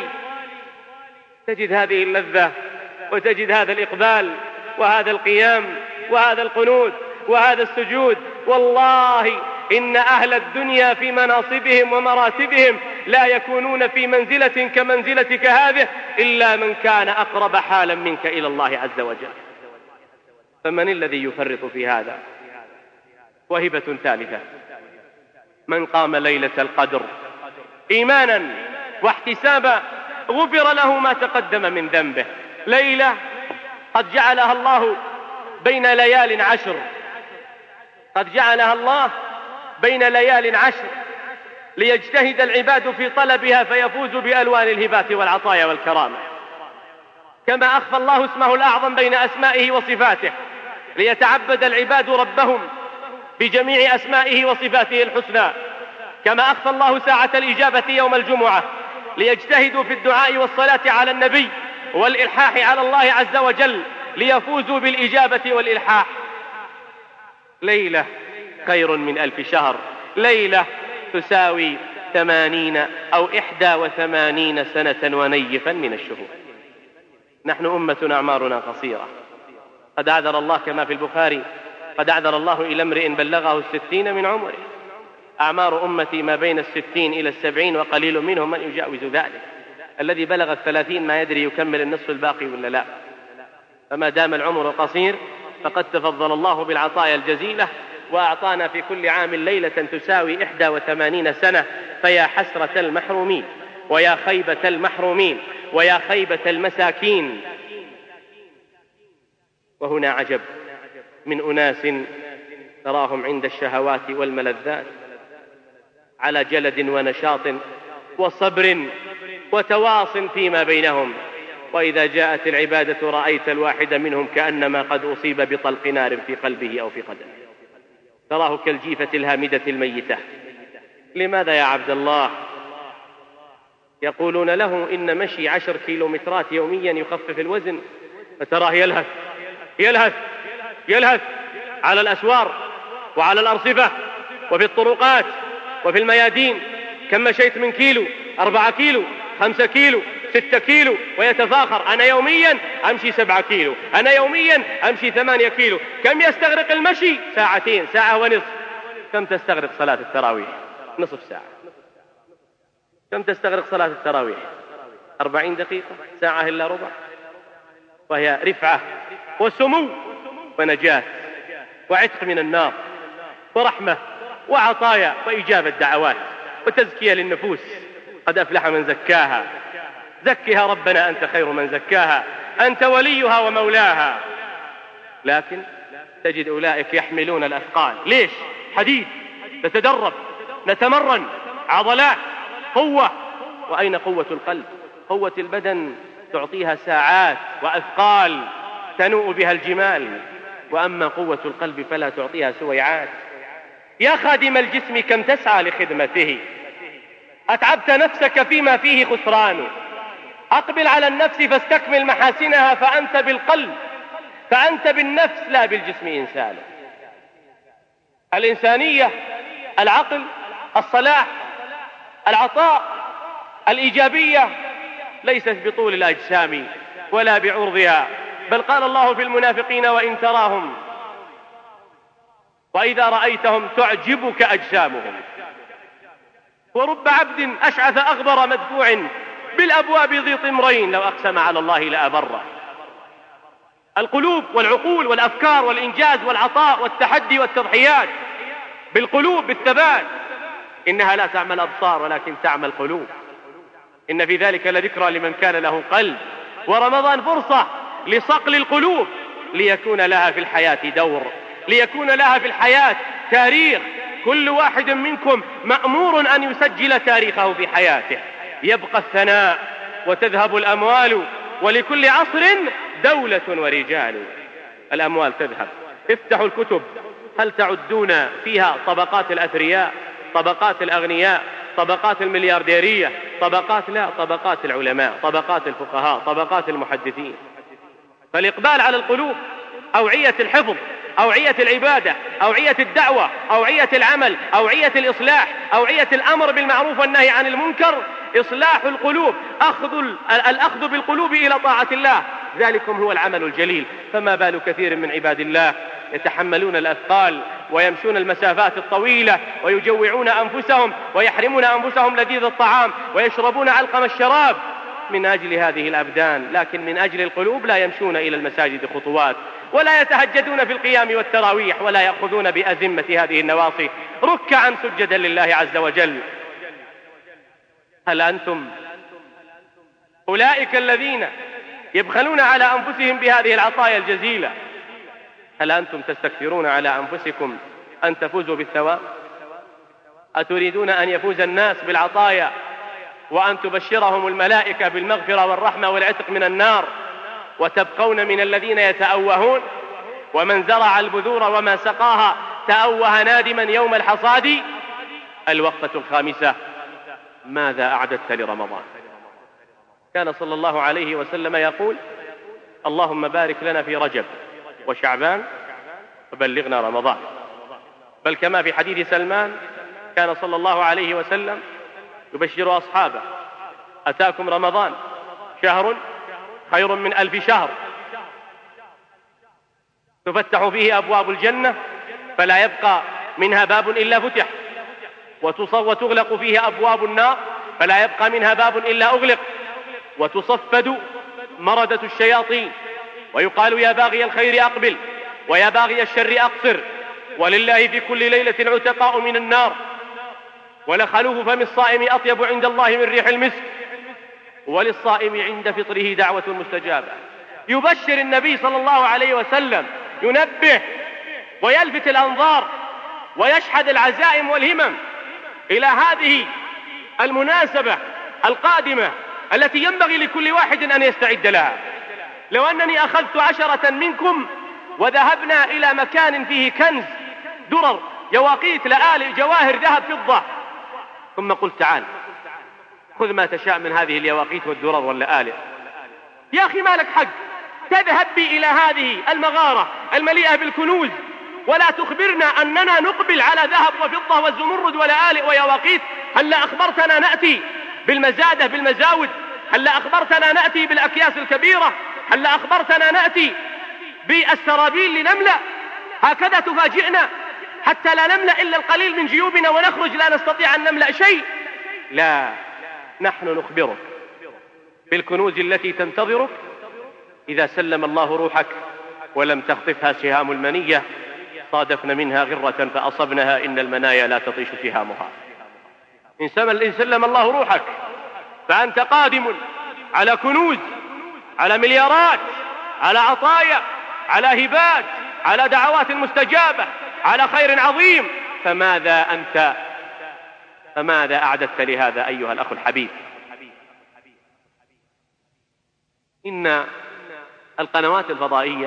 تجد هذه اللذة، وتجد هذا الإقبال، وهذا القيام، وهذا القنوت، وهذا السجود. والله إن أهل الدنيا في مناصبهم ومراتبهم لا يكونون في منزلة كمنزلتك هذه إلا من كان أقرب حالا منك إلى الله عز وجل. فمن الذي يفرط في هذا؟ وهبة ثالثة: من قام ليلة القدر إيمانا واحتسابا غفر له ما تقدم من ذنبه. ليلة قد جعلها الله بين ليال عشر، قد جعلها الله بين ليال عشر ليجتهد العباد في طلبها فيفوز بألوان الهبات والعطايا والكرامة. كما أخفى الله اسمه الأعظم بين أسمائه وصفاته ليتعبد العباد ربهم بجميع أسمائه وصفاته الحسنى. كما أخفى الله ساعة الإجابة يوم الجمعة ليجتهدوا في الدعاء والصلاة على النبي والإلحاح على الله عز وجل ليفوزوا بالإجابة والإلحاح. ليلة خير من ألف شهر، ليلة تساوي ثمانين أو إحدى وثمانين سنة ونيفا من الشهور. نحن أمة أعمارنا قصيرة. قد أعذر الله كما في البخاري: قد أعذر الله إلى امرئ بلغه الستين من عمره. أعمار أمتي ما بين الستين إلى السبعين، وقليل منهم من يجاوز ذلك. الذي بلغ الثلاثين ما يدري يكمل النصف الباقي ولا لا. فما دام العمر قصير فقد تفضل الله بالعطايا الجزيلة وأعطانا في كل عام ليلة تساوي إحدى وثمانين سنة. فيا حسرة المحرومين، ويا خيبة المحرومين، ويا خيبة المساكين. وهنا عجب من أناس تراهم عند الشهوات والملذات على جلد ونشاط وصبر وتواص فيما بينهم، وإذا جاءت العبادة رأيت الواحد منهم كأنما قد أصيب بطلق نار في قلبه أو في قدمه. تراه كالجيفة الهامدة الميتة. لماذا يا عبد الله؟ يقولون له إن مشي عشر كيلومترات يوميا يخفف الوزن، فتراه يلهث يلهث يلهث على الأسوار وعلى الأرصفة وفي الطرقات وفي الميادين. كم مشيت من كيلو؟ أربعة كيلو، خمسة كيلو، ستة كيلو، ويتفاخر: أنا يوميا أمشي سبعة كيلو، أنا يوميا أمشي ثمانية كيلو. كم يستغرق المشي؟ ساعتين، ساعة ونصف. كم تستغرق صلاة التراويح؟ نصف ساعة. كم تستغرق صلاة التراويح؟ أربعين دقيقة، ساعة إلا ربع. وهي رفعة وسمو ونجاة وعتق من النار ورحمة وعطايا وإجابة دعوات وتزكية للنفوس. قد أفلح من زكاها، زكها ربنا أنت خير من زكاها، أنت وليها ومولاها. لكن تجد أولئك يحملون الأثقال. ليش؟ حديد، نتدرب، نتمرن، عضلات، قوة. وأين قوة القلب؟ قوة البدن تعطيها ساعات وأثقال تنوء بها الجمال، وأما قوة القلب فلا تعطيها سويعات. يا خادم الجسم كم تسعى لخدمته، أتعبت نفسك فيما فيه خسران. أقبل على النفس فاستكمل محاسنها، فأنت بالقلب، فأنت بالنفس لا بالجسم إنسان. الإنسانية، العقل، الصلاح، العطاء، الإيجابية ليست بطول الأجسام ولا بعرضها، بل قال الله في المنافقين: وإن تراهم وإذا رأيتهم تعجبك أجسامهم. ورب عبد أشعث أغبر مدفوع بالأبواب ذي طمرين لو أقسم على الله لأبره. القلوب والعقول والأفكار والإنجاز والعطاء والتحدي والتضحيات بالقلوب، بالثبات. إنها لا تعمى الأبصار ولكن تعمى القلوب. إن في ذلك لذكرى لمن كان له قلب. ورمضان فرصة لصقل القلوب ليكون لها في الحياة دور، ليكون لها في الحياة تاريخ. كل واحد منكم مأمور أن يسجل تاريخه في حياته. يبقى الثناء وتذهب الأموال، ولكل عصر دولة ورجال. الأموال تذهب. افتحوا الكتب، هل تعدون فيها طبقات الأثرياء، طبقات الأغنياء، طبقات المليارديرية، طبقات لا طبقات العلماء، طبقات الفقهاء، طبقات المحدثين. فالإقبال على القلوب، أوعية الحفظ، أوعية العبادة، أوعية الدعوة، أوعية العمل، أوعية الإصلاح، أوعية الأمر بالمعروف والنهي عن المنكر. إصلاح القلوب، أخذ الأخذ بالقلوب إلى طاعة الله، ذلكم هو العمل الجليل. فما بال كثير من عباد الله يتحملون الأثقال ويمشون المسافات الطويلة ويجوعون أنفسهم ويحرمون أنفسهم لذيذ الطعام ويشربون علقم الشراب من أجل هذه الأبدان، لكن من أجل القلوب لا يمشون إلى المساجد خطوات ولا يتهجدون في القيام والتراويح ولا يأخذون بأزمة هذه النواصي ركعا سجدا لله عز وجل. هل أنتم أولئك الذين يبخلون على أنفسهم بهذه العطايا الجزيلة؟ هل أنتم تستكثرون على أنفسكم أن تفوزوا بالثواب؟ أتريدون أن يفوز الناس بالعطايا وأن تبشرهم الملائكة بالمغفرة والرحمة والعتق من النار وتبقون من الذين يتأوهون؟ ومن زرع البذور وما سقاها تأوه نادما يوم الحصاد. الوقفة الخامسة: ماذا أعددت لرمضان؟ كان صلى الله عليه وسلم يقول: اللهم بارك لنا في رجب وشعبان وبلغنا رمضان. بل كما في حديث سلمان كان صلى الله عليه وسلم يبشر أصحابه: أتاكم رمضان شهر خير من ألف شهر تفتح فيه أبواب الجنة فلا يبقى منها باب إلا فتح، وتغلق فيه أبواب النار فلا يبقى منها باب إلا أغلق، وتصفد مردة الشياطين ويقال: يا باغي الخير أقبل ويا باغي الشر أقصر، ولله في كل ليلة عتقاء من النار، ولخلوف فم الصائم أطيب عند الله من ريح المسك، وللصائم عند فطره دعوة مستجابة. يبشر النبي صلى الله عليه وسلم، ينبه ويلفت الأنظار ويشحذ العزائم والهمم إلى هذه المناسبة القادمة التي ينبغي لكل واحد أن يستعد لها. لو أنني أخذت عشرة منكم وذهبنا إلى مكان فيه كنز، درر، يواقيت، لآلئ، جواهر، ذهب، فضة، ثم قلت: تعال خذ ما تشاء من هذه اليواقيت والدرر واللآلئ، يا أخي ما لك حق تذهب بي إلى هذه المغارة المليئة بالكنوز ولا تخبرنا أننا نقبل على ذهب وفضة والزمرد ولآلئ ويواقيت؟ هل أخبرتنا نأتي بالمزادة بالمزاود؟ هل أخبرتنا نأتي بالأكياس الكبيرة؟ هل أخبرتنا نأتي بالسرابيل لنملأ؟ هكذا تفاجئنا حتى لا نملأ إلا القليل من جيوبنا ونخرج لا نستطيع أن نملأ شيء؟ لا، نحن نخبرك بالكنوز التي تنتظرك إذا سلم الله روحك ولم تخطفها سهام المنية، صادفن منها غرة فأصبنها، إن المنايا لا تطيش سهامها. إن سلم الله روحك فأنت قادم على كنوز، على مليارات، على عطايا، على هبات، على دعوات مستجابة، على خير عظيم. فماذا أنت فماذا أعددت لهذا أيها الأخ الحبيب؟ إن القنوات الفضائية،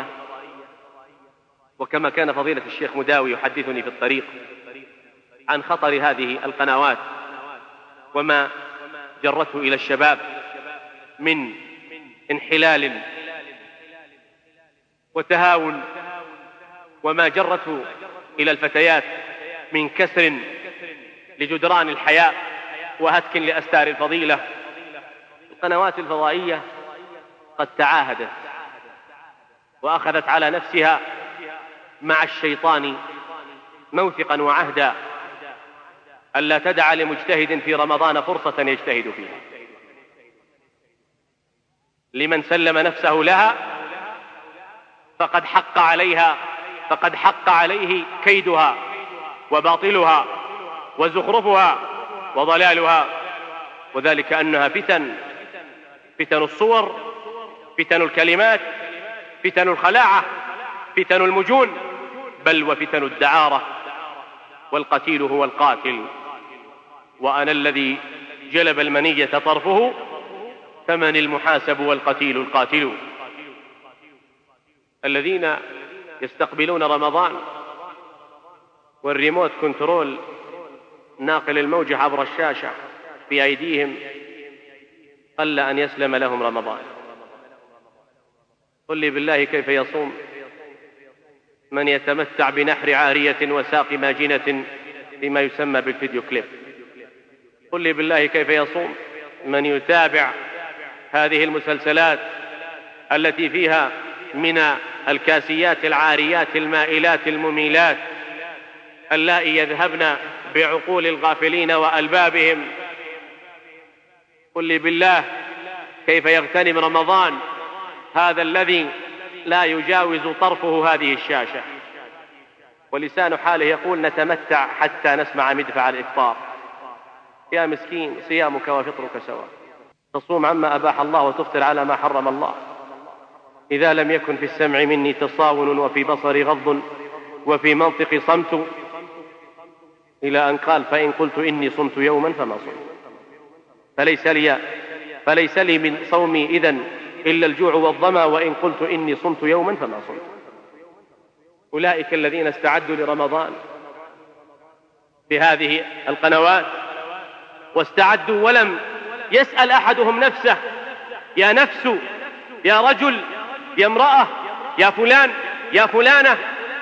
وكما كان فضيلة الشيخ مداوي يحدثني في الطريق عن خطر هذه القنوات وما جرته إلى الشباب من انحلال وتهاون، وما جرته إلى الفتيات من كسر لجدران الحياء وهتك لأستار الفضيلة. القنوات الفضائية قد تعاهدت وأخذت على نفسها مع الشيطان موثقا وعهدا ألا تدع لمجتهد في رمضان فرصة يجتهد فيها. لمن سلم نفسه لها فقد حق عليها فقد حق عليه كيدها وباطلها وزخرفها وضلالها، وذلك أنها فتن فتن الصور، فتن الكلمات، فتن الخلاعة، فتن المجون، بل وفتن الدعارة. والقتيل هو القاتل، وأنا الذي جلب المنية طرفه، فمن المحاسب والقتيل القاتل. الذين يستقبلون رمضان والريموت كنترول ناقل الموجة عبر الشاشة في أيديهم قل أن يسلم لهم رمضان. قل لي بالله كيف يصوم من يتمتع بنحر عارية وساق ماجنة فيما يسمى بالفيديو كليب؟ قل لي بالله كيف يصوم من يتابع هذه المسلسلات التي فيها من الكاسيات العاريات المائلات المميلات اللائي يذهبن بعقول الغافلين وألبابهم. قل لي بالله كيف يغتنم رمضان هذا الذي لا يجاوز طرفه هذه الشاشة؟ ولسان حاله يقول نتمتع حتى نسمع مدفع الإفطار. يا مسكين، صيامك وفطرك سواء، تصوم عما أباح الله وتفطر على ما حرم الله. إذا لم يكن في السمع مني تصاون وفي بصري غض وفي منطقي صمت، إلى أن قال فإن قلت إني صمت يوما فما صمت، فليس لي فليس لي من صومي إذن إلا الجوع والظما، وإن قلت إني صمت يوما فما صمت. أولئك الذين استعدوا لرمضان بهذه القنوات واستعدوا ولم يسأل أحدهم نفسه يا نفس، يا رجل، يا امرأة، يا فلان، يا فلانة،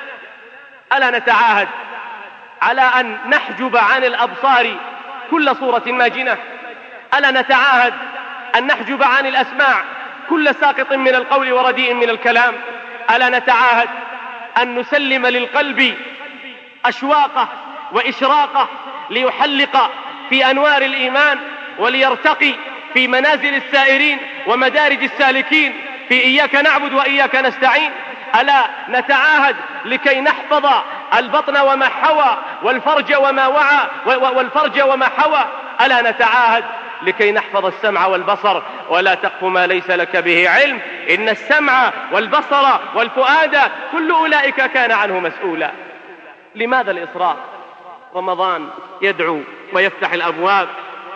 ألا نتعاهد على أن نحجب عن الأبصار كل صورة ماجنة؟ ألا نتعاهد أن نحجب عن الأسماع كل ساقط من القول ورديء من الكلام؟ ألا نتعاهد أن نسلم للقلب أشواقه وإشراقه ليحلق في أنوار الإيمان وليرتقي في منازل السائرين ومدارج السالكين في إياك نعبد وإياك نستعين؟ ألا نتعاهد لكي نحفظ البطن وما حوى والفرج وما وعى والفرج وما حوى؟ ألا نتعاهد لكي نحفظ السمع والبصر؟ ولا تقف ما ليس لك به علم، إن السمع والبصر والفؤاد كل أولئك كان عنه مسؤولا. لماذا الإصرار؟ رمضان يدعو ويفتح الأبواب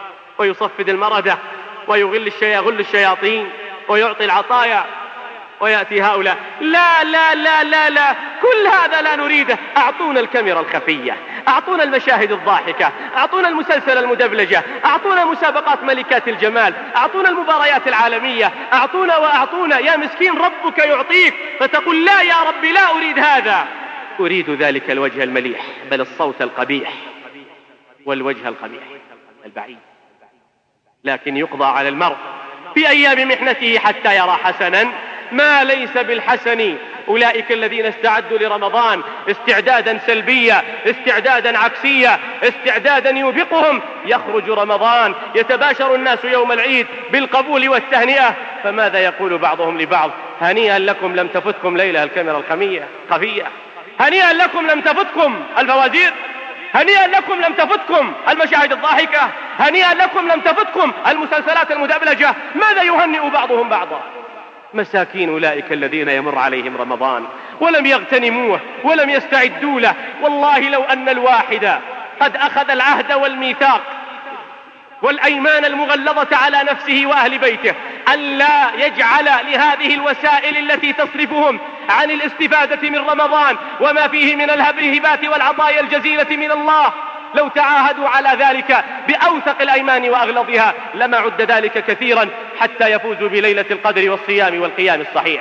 ويصفد المردة ويغل الشياغل الشياطين ويعطي العطايا، ويأتي هؤلاء لا لا لا لا لا كل هذا لا نريده. أعطونا الكاميرا الخفية، أعطونا المشاهد الضاحكة، أعطونا المسلسل المدبلجة، أعطونا مسابقات ملكات الجمال، أعطونا المباريات العالمية، أعطونا وأعطونا. يا مسكين ربك يعطيك فتقول لا يا رب لا أريد هذا، أريد ذلك الوجه المليح، بل الصوت القبيح والوجه القبيح البعيد. لكن يقضى على المرء في أيام محنته حتى يرى حسنا ما ليس بالحسن. أولئك الذين استعدوا لرمضان استعدادا سلبيا، استعدادا عكسيا، استعدادا يوبقهم. يخرج رمضان يتباشر الناس يوم العيد بالقبول والتهنئة، فماذا يقول بعضهم لبعض؟ هنيئا لكم لم تفتكم ليلة الكاميرا الخمية خفية، هنيئا لكم لم تفتكم الفوازير، هنيئا لكم لم تفتكم المشاهد الضاحكة، هنيئا لكم لم تفتكم المسلسلات المدبلجة. ماذا يهنئ بعضهم بعضا؟ مساكين أولئك الذين يمر عليهم رمضان ولم يغتنموه ولم يستعدوا له. والله لو أن الواحد قد أخذ العهد والميثاق والأيمان المغلظة على نفسه وأهل بيته ألا يجعل لهذه الوسائل التي تصرفهم عن الاستفادة من رمضان وما فيه من الهبات والعطايا الجزيلة من الله، لو تعاهدوا على ذلك بأوثق الأيمان وأغلظها لما عد ذلك كثيرا حتى يفوزوا بليلة القدر والصيام والقيام الصحيح.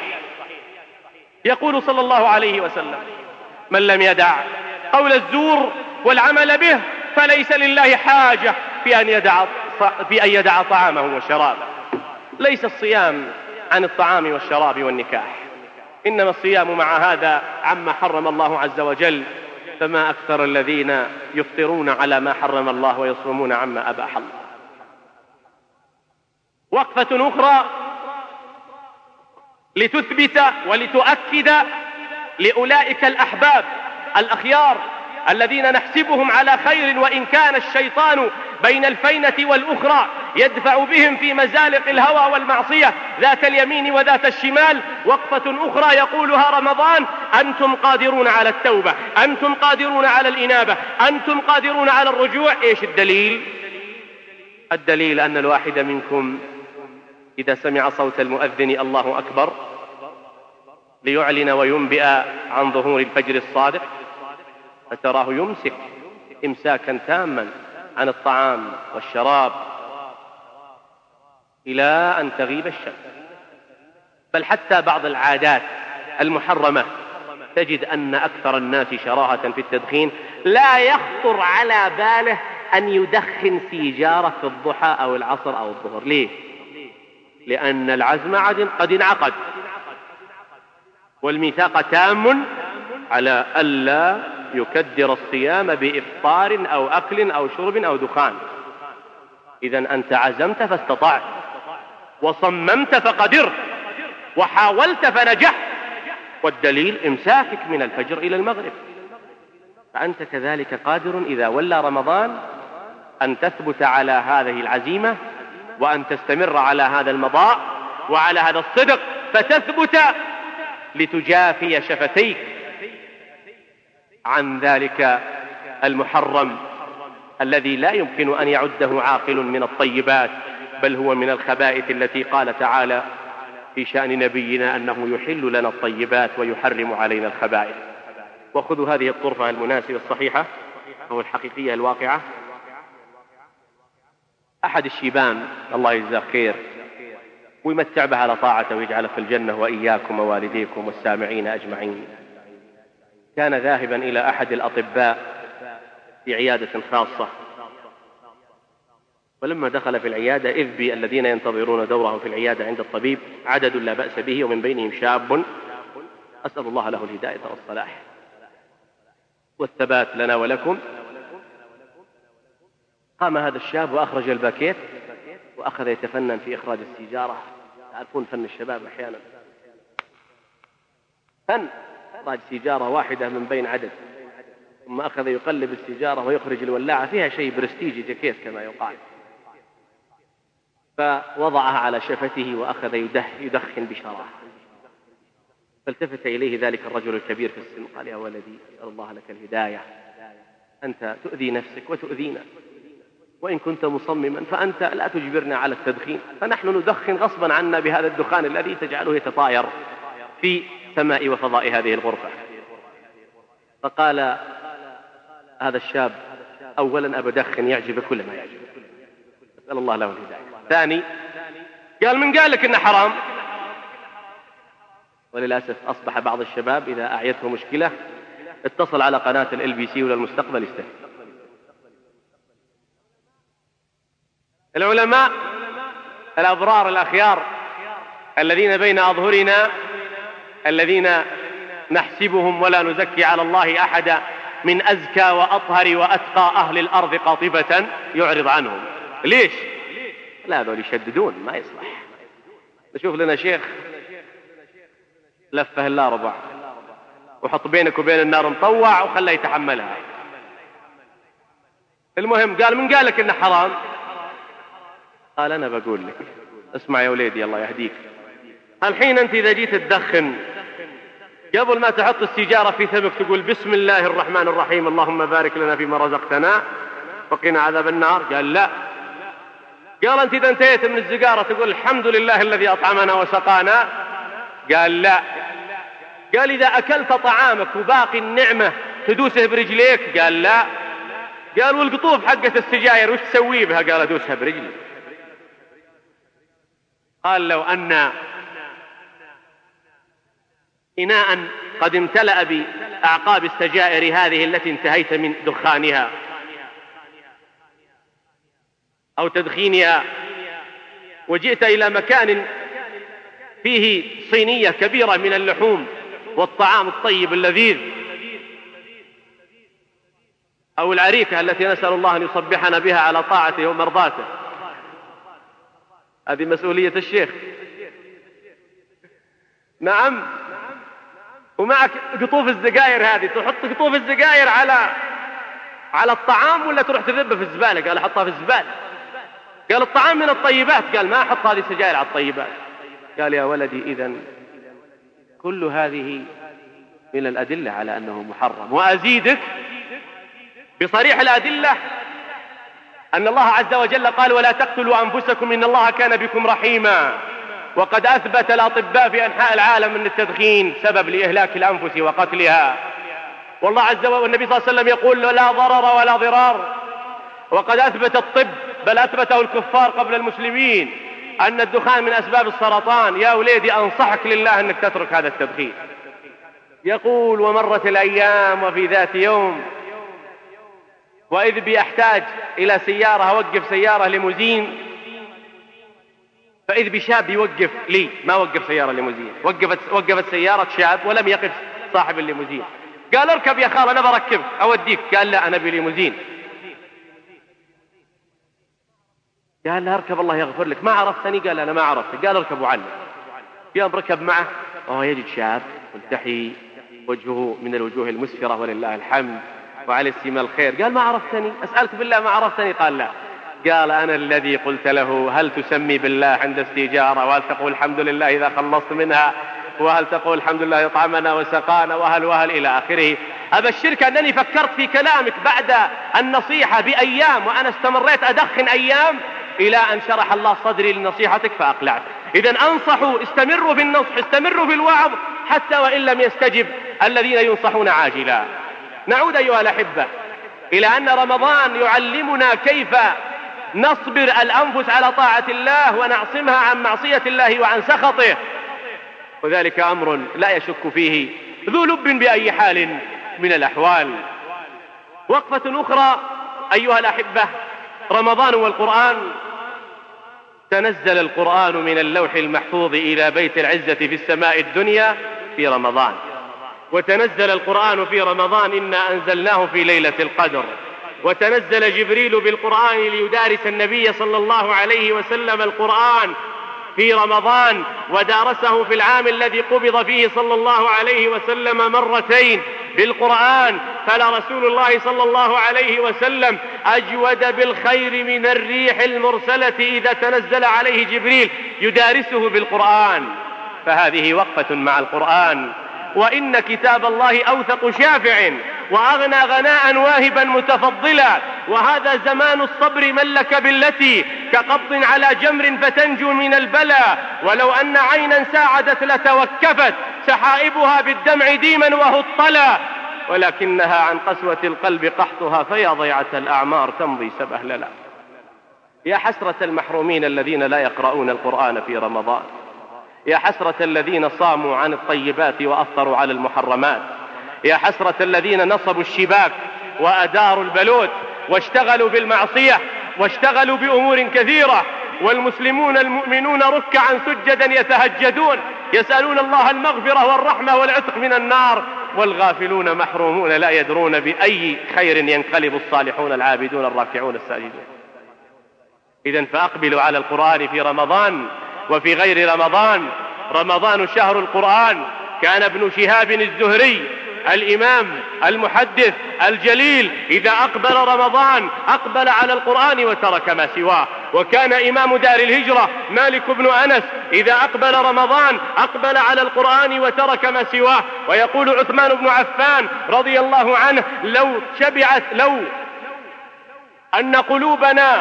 يقول صلى الله عليه وسلم من لم يدع قول الزور والعمل به فليس لله حاجة في أن يدع, في أن يدع طعامه وشرابه. ليس الصيام عن الطعام والشراب والنكاح، إنما الصيام مع هذا عما حرم الله عز وجل. فما أكثر الذين يفطرون على ما حرم الله ويصومون عما أباح الله. وقفة أخرى لتثبت ولتؤكد لأولئك الأحباب الأخيار الذين نحسبهم على خير، وإن كان الشيطان بين الفينة والأخرى يدفع بهم في مزالق الهوى والمعصية ذات اليمين وذات الشمال. وقفة أخرى يقولها رمضان: أنتم قادرون على التوبة، أنتم قادرون على الإنابة، أنتم قادرون على الرجوع. إيش الدليل؟ الدليل أن الواحد منكم إذا سمع صوت المؤذن الله أكبر ليعلن وينبئ عن ظهور الفجر الصادق فتراه يمسك إمساكا تاما عن الطعام والشراب إلى أن تغيب الشمس. بل حتى بعض العادات المحرمة تجد أن أكثر الناس شراهة في التدخين لا يخطر على باله أن يدخن سيجارة في الضحى أو العصر أو الظهر. ليه؟ لأن العزم قد انعقد والميثاق تام على ألا يكدر الصيام بإفطار أو أكل أو شرب أو دخان. إذن أنت عزمت فاستطعت، وصممت فقدرت، وحاولت فنجحت، والدليل إمساكك من الفجر إلى المغرب. فأنت كذلك قادر إذا ولى رمضان أن تثبت على هذه العزيمة، وأن تستمر على هذا المضاء وعلى هذا الصدق، فتثبت لتجافي شفتيك عن ذلك المحرم الذي لا يمكن أن يعده عاقل من الطيبات، بل هو من الخبائث التي قال تعالى في شأن نبينا أنه يحل لنا الطيبات ويحرم علينا الخبائث. وخذوا هذه الطرفة المناسبة الصحيحة أو الحقيقية الواقعة. أحد الشيبان الله يجزاه خير ويمتع به على طاعته ويجعله في الجنة وإياكم ووالديكم والسامعين أجمعين، كان ذاهبا إلى أحد الأطباء في عيادة خاصة، ولما دخل في العيادة إذ بي الذين ينتظرون دورهم في العيادة عند الطبيب عدد لا بأس به، ومن بينهم شاب أسأل الله له الهداية والصلاح والثبات لنا ولكم. قام هذا الشاب وأخرج الباكيت وأخذ يتفنن في إخراج السيجارة. تعرفون فن الشباب أحيانا، فن إخراج سيجارة واحدة من بين عدد، ثم أخذ يقلب السيجارة ويخرج الولاعة فيها شيء برستيجي جاكيت كما يقال، فوضعها على شفته وأخذ يدخن بشراهة. فالتفت إليه ذلك الرجل الكبير في السن قال: يا ولدي أسأل الله لك الهداية، أنت تؤذي نفسك وتؤذينا، وإن كنت مصمما فأنت لا تجبرنا على التدخين، فنحن ندخن غصبا عنا بهذا الدخان الذي تجعله يتطاير في سماء وفضاء هذه الغرفة. فقال هذا الشاب: أولا أبدخن يعجب كل ما يعجب، أسأل الله له الهداية. ثاني قال: من قال لك إنه حرام؟ وللأسف أصبح بعض الشباب إذا أعيته مشكلة اتصل على قناة ال بي سي ولا المستقبل يستهل. العلماء الأبرار الأخيار الذين بين أظهرنا الذين نحسبهم ولا نزكي على الله أحدا من أزكى وأطهر وأتقى أهل الأرض قاطبة يعرض عنهم. ليش؟ لا، هذول يشددون، ما يصلح. نشوف لنا شيخ لفه الله ربع وحط بينك وبين النار مطوع وخلاه يتحملها. المهم قال: من قالك إنه حرام؟ قال: أنا بقول لك، اسمع يا وليدي الله يهديك، الحين أنت إذا جيت تدخن قبل ما تحط السيجارة في ثمك تقول بسم الله الرحمن الرحيم اللهم بارك لنا فيما رزقتنا وقنا عذاب النار؟ قال: لا. قال: أنت إذا انتهيت من السيجارة تقول الحمد لله الذي أطعمنا وسقانا؟ قال: لا. قال: إذا أكلت طعامك وباقي النعمة تدوسه برجليك؟ قال: لا. قال: والقطوف حقة السجاير وش تسوي بها؟ قال: أدوسها برجلي. قال: لو أن إناء قد امتلأ بأعقاب السجائر هذه التي انتهيت من دخانها أو تدخينها، وجئت إلى مكان فيه صينية كبيرة من اللحوم والطعام الطيب اللذيذ، أو العريكة التي نسأل الله أن يصبحنا بها على طاعته ومرضاته، هذه مسؤولية الشيخ. نعم. ومعك قطوف الزجاير هذه، تحط قطوف الزجاير على على الطعام ولا تروح تذبه في الزبالة؟ قال: أحطها في الزبالة. قال: الطعام من الطيبات. قال: ما أحط هذه السجاير على الطيبات. قال: يا ولدي إذن كل هذه من الأدلة على أنه محرم. وأزيدك بصريح الأدلة أن الله عز وجل قال: ولا تقتلوا أنفسكم إن الله كان بكم رحيما. وقد أثبت الأطباء في أنحاء العالم أن التدخين سبب لإهلاك الأنفس وقتلها، والله عز وجل والنبي صلى الله عليه وسلم يقول: لا ضرر ولا ضرار. وقد أثبت الطب، بل أثبته الكفار قبل المسلمين، أن الدخان من أسباب السرطان. يا وليدي أنصحك لله أنك تترك هذا التدخين. يقول: ومرت الأيام وفي ذات يوم وإذ بي أحتاج إلى سيارة، أوقف سيارة ليموزين، فإذ بشاب يوقف لي، ما وقف سيارة الليموزين، وقفت, وقفت سيارة شاب ولم يقف صاحب الليموزين. قال اركب يا خال أنا بركبك أوديك. قال لا أنا بليموزين. قال لا اركب الله يغفر لك، ما عرفتني؟ قال أنا ما عرفت. قال اركب وعلم. يوم ركب معه وهو يجد شاب ملتحي وجهه من الوجوه المسفرة ولله الحمد وعلى السماء الخير. قال ما عرفتني؟ أسألك بالله ما عرفتني؟ قال لا. قال أنا الذي قلت له هل تسمي بالله عند استجارة، وهل تقول الحمد لله إذا خلصت منها، وهل تقول الحمد لله يطعمنا وسقانا، وهل وهل إلى آخره. أبشرك أنني فكرت في كلامك بعد النصيحة بأيام، وأنا استمريت أدخن أيام إلى أن شرح الله صدري لنصيحتك فأقلعت. إذن أنصحوا، استمروا بالنصح، استمروا بالوعظ حتى وإن لم يستجب الذين ينصحون عاجلا. نعود أيها الأحبة إلى أن رمضان يعلمنا كيف نصبر الأنفس على طاعة الله ونعصمها عن معصية الله وعن سخطه، وذلك أمر لا يشك فيه ذو لب بأي حال من الأحوال. وقفة أخرى أيها الأحبة، رمضان والقرآن. تنزل القرآن من اللوح المحفوظ إلى بيت العزة في السماء الدنيا في رمضان، وتنزل القرآن في رمضان إنا أنزلناه في ليلة القدر، وتنزل جبريل بالقرآن ليدارس النبي صلى الله عليه وسلم القرآن في رمضان، ودارسه في العام الذي قبض فيه صلى الله عليه وسلم مرتين بالقرآن. فلا رسول الله صلى الله عليه وسلم أجود بالخير من الريح المرسلة إذا تنزل عليه جبريل يدارسه بالقرآن. فهذه وقفة مع القرآن. وإن كتاب الله أوثق شافع وأغنى غناء واهبا متفضلا، وهذا زمان الصبر من لك بالتي كقبض على جمر فتنجو من البلاء، ولو أن عينا ساعدت لتوكفت سحائبها بالدمع ديما وهطلا، ولكنها عن قسوة القلب قحطها فيا ضيعة الأعمار تمضي سبهللا. يا حسرة المحرومين الذين لا يقرؤون القرآن في رمضان، يا حسرة الذين صاموا عن الطيبات وأفطروا على المحرمات، يا حسرة الذين نصبوا الشباك وأداروا البلوت واشتغلوا بالمعصية واشتغلوا بأمور كثيرة، والمسلمون المؤمنون ركعا سجدا يتهجدون يسألون الله المغفرة والرحمة والعتق من النار، والغافلون محرومون لا يدرون بأي خير ينقلب الصالحون العابدون الراكعون الساجدون. إذن فأقبلوا على القرآن في رمضان وفي غير رمضان. رمضان شهر القرآن. كان ابن شهاب الزهري الإمام المحدث الجليل إذا أقبل رمضان أقبل على القرآن وترك ما سواه. وكان إمام دار الهجرة مالك بن أنس إذا أقبل رمضان أقبل على القرآن وترك ما سواه. ويقول عثمان بن عفان رضي الله عنه لو شبعت لو أن قلوبنا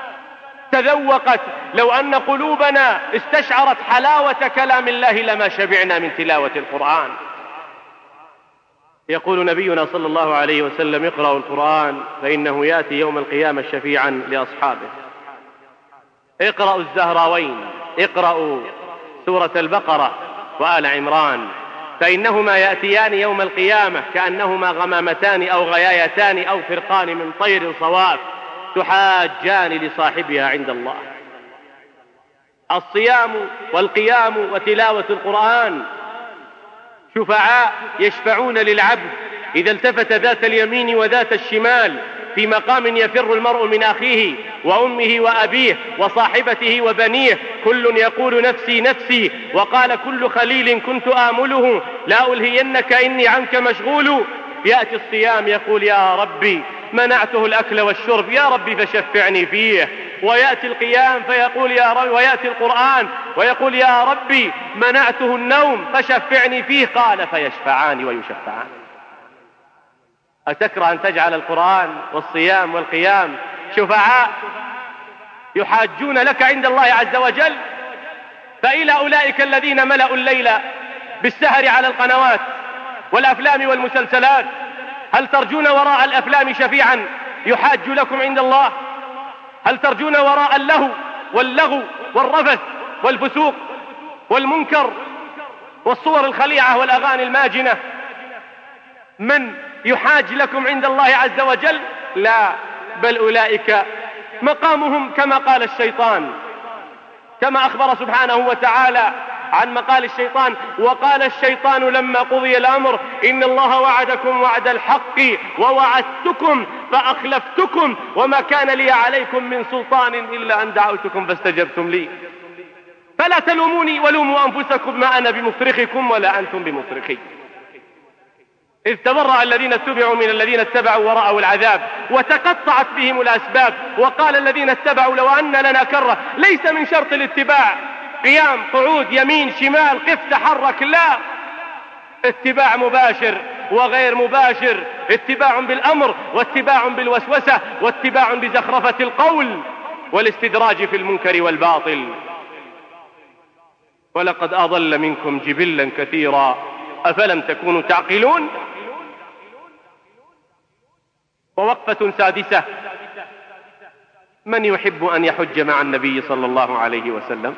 تذوقت لو أن قلوبنا استشعرت حلاوة كلام الله لما شبعنا من تلاوة القرآن. يقول نبينا صلى الله عليه وسلم اقرأوا القرآن فإنه يأتي يوم القيامة شفيعا لأصحابه. اقرأوا الزهراوين، اقرأوا سورة البقرة وآل عمران، فإنهما يأتيان يوم القيامة كأنهما غمامتان أو غيايتان أو فرقان من طير صواف تحاجان لصاحبها عند الله. الصيام والقيام وتلاوة القرآن شفعاء يشفعون للعبد إذا التفت ذات اليمين وذات الشمال في مقام يفر المرء من أخيه وأمه وأبيه وصاحبته وبنيه، كل يقول نفسي نفسي، وقال كل خليل كنت آمله لا ألهينك إني عنك مشغول. يأتي الصيام يقول يا ربي منعته الأكل والشرب يا ربي فشفعني فيه، ويأتي القيام فيقول يا رب، ويأتي القرآن ويقول يا ربي منعته النوم فشفعني فيه، قال فيشفعان ويشفعان. أتكره أن تجعل القرآن والصيام والقيام شفعاء يحاجون لك عند الله عز وجل؟ فإلى أولئك الذين ملأوا الليل بالسهر على القنوات والأفلام والمسلسلات، هل ترجون وراء الأفلام شفيعا يحاج لكم عند الله؟ هل ترجون وراء اللهو واللغو والرفث والفسوق والمنكر والصور الخليعة والأغاني الماجنة من يحاج لكم عند الله عز وجل؟ لا، بل أولئك مقامهم كما قال الشيطان كما أخبر سبحانه وتعالى عن مقال الشيطان: وقال الشيطان لما قضي الأمر إن الله وعدكم وعد الحق ووعدتكم فأخلفتكم وما كان لي عليكم من سلطان إلا أن دعوتكم فاستجبتم لي فلا تلوموني ولوموا أنفسكم ما أنا بمصرخكم ولا أنتم بمصرخي. إذ تبرأ الذين اتبعوا من الذين اتبعوا ورأوا العذاب وتقطعت بهم الأسباب. وقال الذين اتبعوا لو أن لنا كرة. ليس من شرط الاتباع قيام قعود يمين شمال قف تحرك، لا، اتباع مباشر وغير مباشر، اتباع بالأمر واتباع بالوسوسة واتباع بزخرفة القول والاستدراج في المنكر والباطل. ولقد أضل منكم جبلا كثيرا أفلم تكونوا تعقلون. ووقفة سادسة: من يحب أن يحج مع النبي صلى الله عليه وسلم؟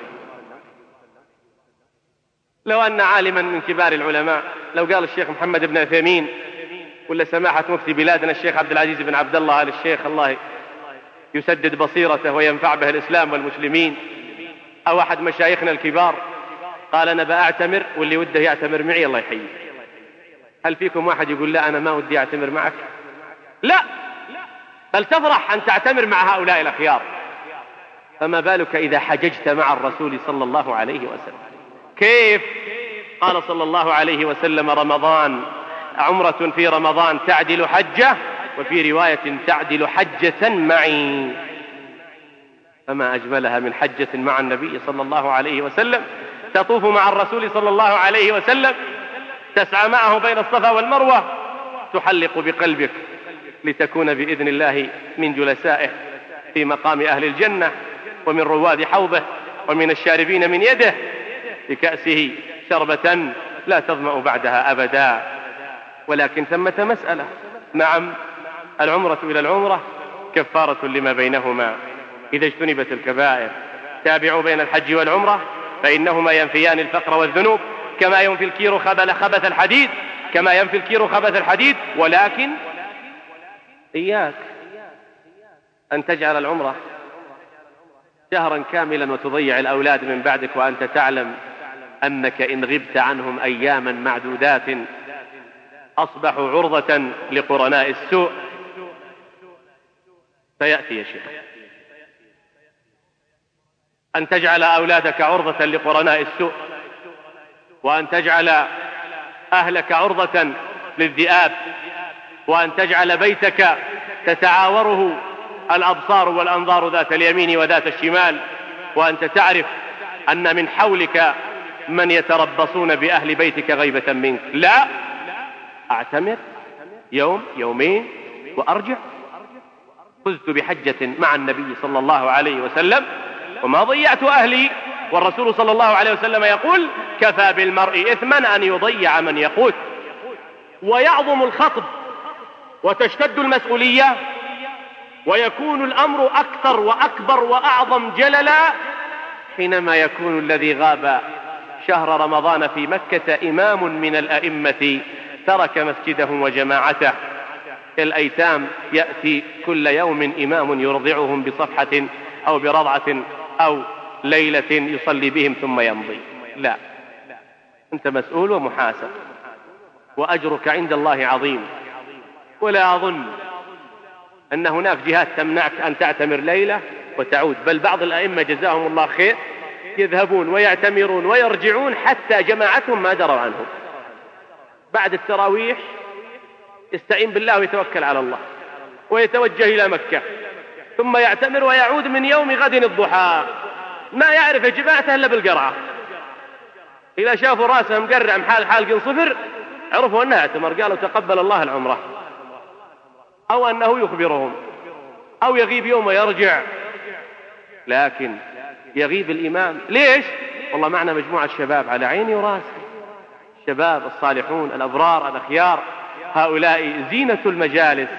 لو أن عالما من كبار العلماء، لو قال الشيخ محمد بن عثيمين ولا سماحة مفتي بلادنا الشيخ عبد العزيز بن عبد الله آل الشيخ الله يسدد بصيرته وينفع به الإسلام والمسلمين، أو أحد مشايخنا الكبار قال أنا بأعتمر واللي وده يعتمر معي الله يحيي، هل فيكم واحد يقول لا أنا ما ودي أعتمر معك؟ لا، بل تفرح أن تعتمر مع هؤلاء الأخيار. فما بالك إذا حججت مع الرسول صلى الله عليه وسلم؟ كيف؟ قال صلى الله عليه وسلم: رمضان عمرة في رمضان تعدل حجة، وفي رواية تعدل حجة معي. فما أجملها من حجة مع النبي صلى الله عليه وسلم، تطوف مع الرسول صلى الله عليه وسلم، تسعى معه بين الصفا والمروة، تحلق بقلبك لتكون بإذن الله من جلسائه في مقام أهل الجنة ومن رواد حوضه ومن الشاربين من يده بكأسه شربة لا تظمأ بعدها أبدا. ولكن ثمة مسألة: نعم، العمرة إلى العمرة كفارة لما بينهما إذا اجتنبت الكبائر. تابعوا بين الحج والعمرة فإنهما ينفيان الفقر والذنوب كما ينفي الكير خبث الحديد كما ينفي الكير خبث الحديد. ولكن إياك أن تجعل العمرة شهرا كاملا وتضيع الأولاد من بعدك وأنت تعلم أنك إن غبت عنهم أياما معدودات أصبحوا عرضة لقرناء السوء. سيأتي يا شيخ أن تجعل أولادك عرضة لقرناء السوء، وأن تجعل أهلك عرضة للذئاب، وأن تجعل بيتك تتعاوره الأبصار والأنظار ذات اليمين وذات الشمال، وأنت تعرف أن من حولك من يتربصون بأهل بيتك غيبة منك. لا، أعتمر يوم يومين وأرجع. فزت بحجة مع النبي صلى الله عليه وسلم وما ضيعت أهلي، والرسول صلى الله عليه وسلم يقول: كفى بالمرء إثما أن يضيع من يقوت. ويعظم الخطب وتشتد المسؤولية ويكون الأمر أكثر وأكبر وأعظم جللا حينما يكون الذي غاب شهر رمضان في مكة إمام من الأئمة ترك مسجده وجماعته. الأيتام يأتي كل يوم إمام يرضعهم بصفحة أو برضعة أو ليلة يصلي بهم ثم يمضي. لا، أنت مسؤول ومحاسب وأجرك عند الله عظيم. ولا أظن أن هناك جهات تمنعك أن تعتمر ليلة وتعود، بل بعض الأئمة جزاهم الله خير يذهبون ويعتمرون ويرجعون حتى جماعتهم ما دروا عنهم. بعد التراويح يستعين بالله ويتوكل على الله ويتوجه إلى مكة، ثم يعتمر ويعود من يوم غد الضحى، ما يعرف جماعته إلا بالقرعة. إذا شافوا راسه مقرع محال حالق صفر عرفوا أنه اعتمر، قالوا تقبل الله العمرة، أو أنه يخبرهم، أو يغيب يوم ويرجع. لكن يغيب الإمام ليش؟ والله معنا مجموعة شباب على عيني وراسي، الشباب الصالحون الأبرار الأخيار، هؤلاء زينة المجالس،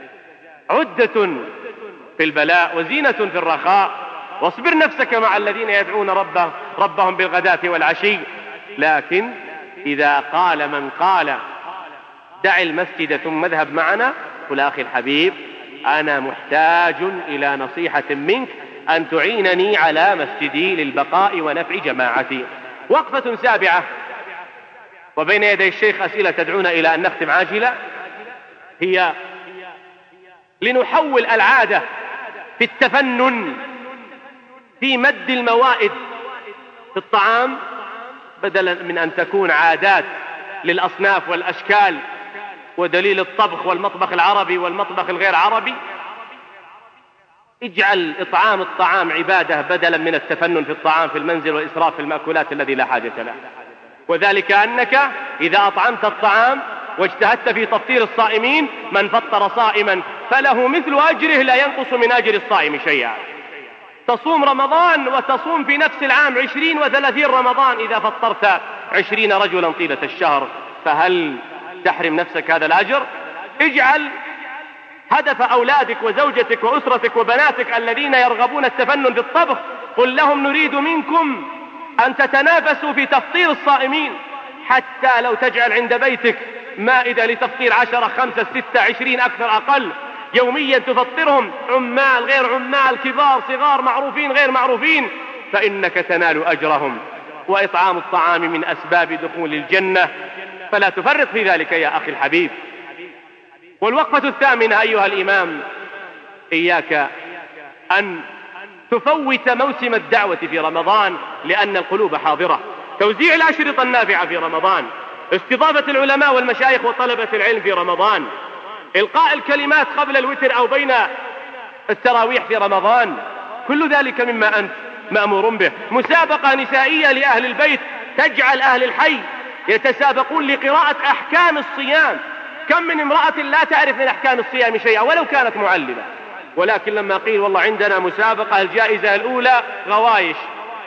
عدة في البلاء وزينة في الرخاء. واصبر نفسك مع الذين يدعون ربه ربهم بالغداة والعشي. لكن إذا قال من قال دع المسجد ثم اذهب معنا، قل أخي الحبيب أنا محتاج إلى نصيحة منك أن تعينني على مسجدي للبقاء ونفع جماعتي. وقفة سابعة وبين يدي الشيخ أسئلة تدعون إلى أن نختم عاجلة، هي لنحول العادة في التفنن في مد الموائد في الطعام، بدلا من أن تكون عادات للأصناف والأشكال ودليل الطبخ والمطبخ العربي والمطبخ الغير عربي، اجعل إطعام الطعام عبادة بدلا من التفنن في الطعام في المنزل والإسراف في المأكولات الذي لا حاجة له. وذلك أنك إذا أطعمت الطعام واجتهدت في تفطير الصائمين، من فطر صائما فله مثل أجره لا ينقص من أجر الصائم شيئا. تصوم رمضان وتصوم في نفس العام عشرين وثلاثين رمضان إذا فطرت عشرين رجلا طيلة الشهر، فهل تحرم نفسك هذا الأجر؟ اجعل هدف أولادك وزوجتك وأسرتك وبناتك الذين يرغبون التفنن في الطبخ، قل لهم نريد منكم أن تتنافسوا في تفطير الصائمين، حتى لو تجعل عند بيتك مائدة لتفطير عشرة خمسة ستة عشرين أكثر أقل يوميا تفطرهم، عمال غير عمال، كبار صغار، معروفين غير معروفين، فإنك تنال أجرهم. وإطعام الطعام من أسباب دخول الجنة، فلا تفرط في ذلك يا أخي الحبيب. والوقفة الثامنة أيها الإمام، إياك أن تفوت موسم الدعوة في رمضان لأن القلوب حاضرة. توزيع الأشرطة النافعة في رمضان، استضافة العلماء والمشايخ وطلبة العلم في رمضان، إلقاء الكلمات قبل الوتر أو بين التراويح في رمضان، كل ذلك مما أنت مأمور به. مسابقة نسائية لأهل البيت تجعل أهل الحي يتسابقون لقراءة أحكام الصيام. كم من امرأة لا تعرف من أحكام الصيام شيئا ولو كانت معلمة، ولكن لما قيل والله عندنا مسابقة الجائزة الأولى غوايش،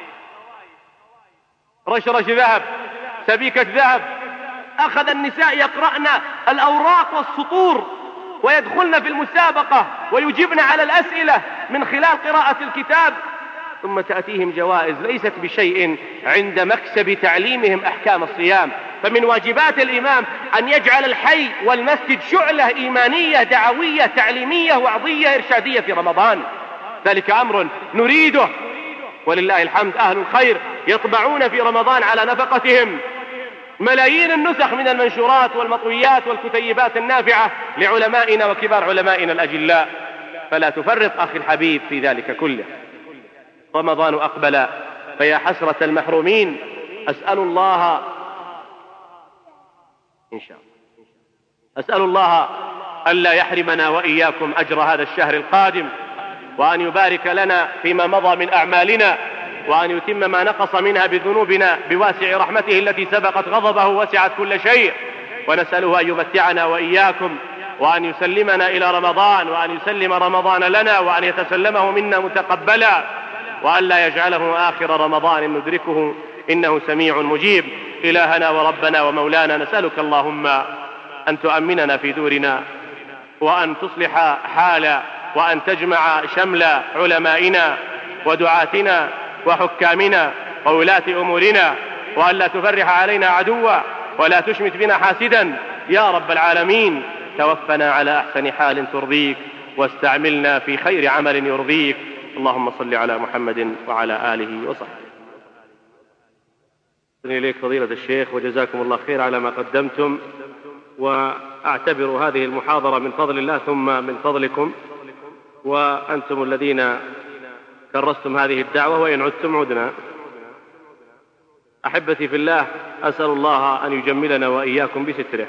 رشرش ذهب، سبيكة ذهب، أخذ النساء يقرأن الأوراق والسطور ويدخلن في المسابقة ويجبن على الأسئلة من خلال قراءة الكتاب، ثم تأتيهم جوائز ليست بشيء عند مكسب تعليمهم أحكام الصيام. فمن واجبات الإمام أن يجعل الحي والمسجد شعلة إيمانية دعوية تعليمية وعظية إرشادية في رمضان. ذلك أمر نريده، ولله الحمد أهل الخير يطبعون في رمضان على نفقتهم ملايين النسخ من المنشورات والمطويات والكتيبات النافعة لعلمائنا وكبار علمائنا الأجلاء، فلا تفرط أخي الحبيب في ذلك كله. رمضان أقبل فيا حسرة المحرومين، أسأل الله إن شاء الله أسأل الله ألا يحرمنا وإياكم أجر هذا الشهر القادم، وأن يبارك لنا فيما مضى من أعمالنا، وأن يتم ما نقص منها بذنوبنا بواسع رحمته التي سبقت غضبه وسعت كل شيء. ونسأله أن يمتعنا وإياكم، وأن يسلمنا إلى رمضان، وأن يسلم رمضان لنا، وأن يتسلمه منا متقبلا، وأن لا يجعله آخر رمضان ندركه، إنه سميع مجيب. إلهنا وربنا ومولانا، نسألك اللهم أن تؤمننا في دورنا، وأن تصلح حال وأن تجمع شمل علمائنا ودعاتنا وحكامنا وولاة أمورنا، وأن لا تفرح علينا عدوا ولا تشمت بنا حاسدا يا رب العالمين. توفنا على أحسن حال ترضيك، واستعملنا في خير عمل يرضيك. اللهم صل على محمد وعلى آله وصحبه. إليك فضيلة الشيخ، وجزاكم الله خير على ما قدمتم، وأعتبر هذه المحاضرة من فضل الله ثم من فضلكم، وأنتم الذين كرستم هذه الدعوة، وإن عدتم عدنا. أحبتي في الله، أسأل الله أن يجملنا وإياكم بستره.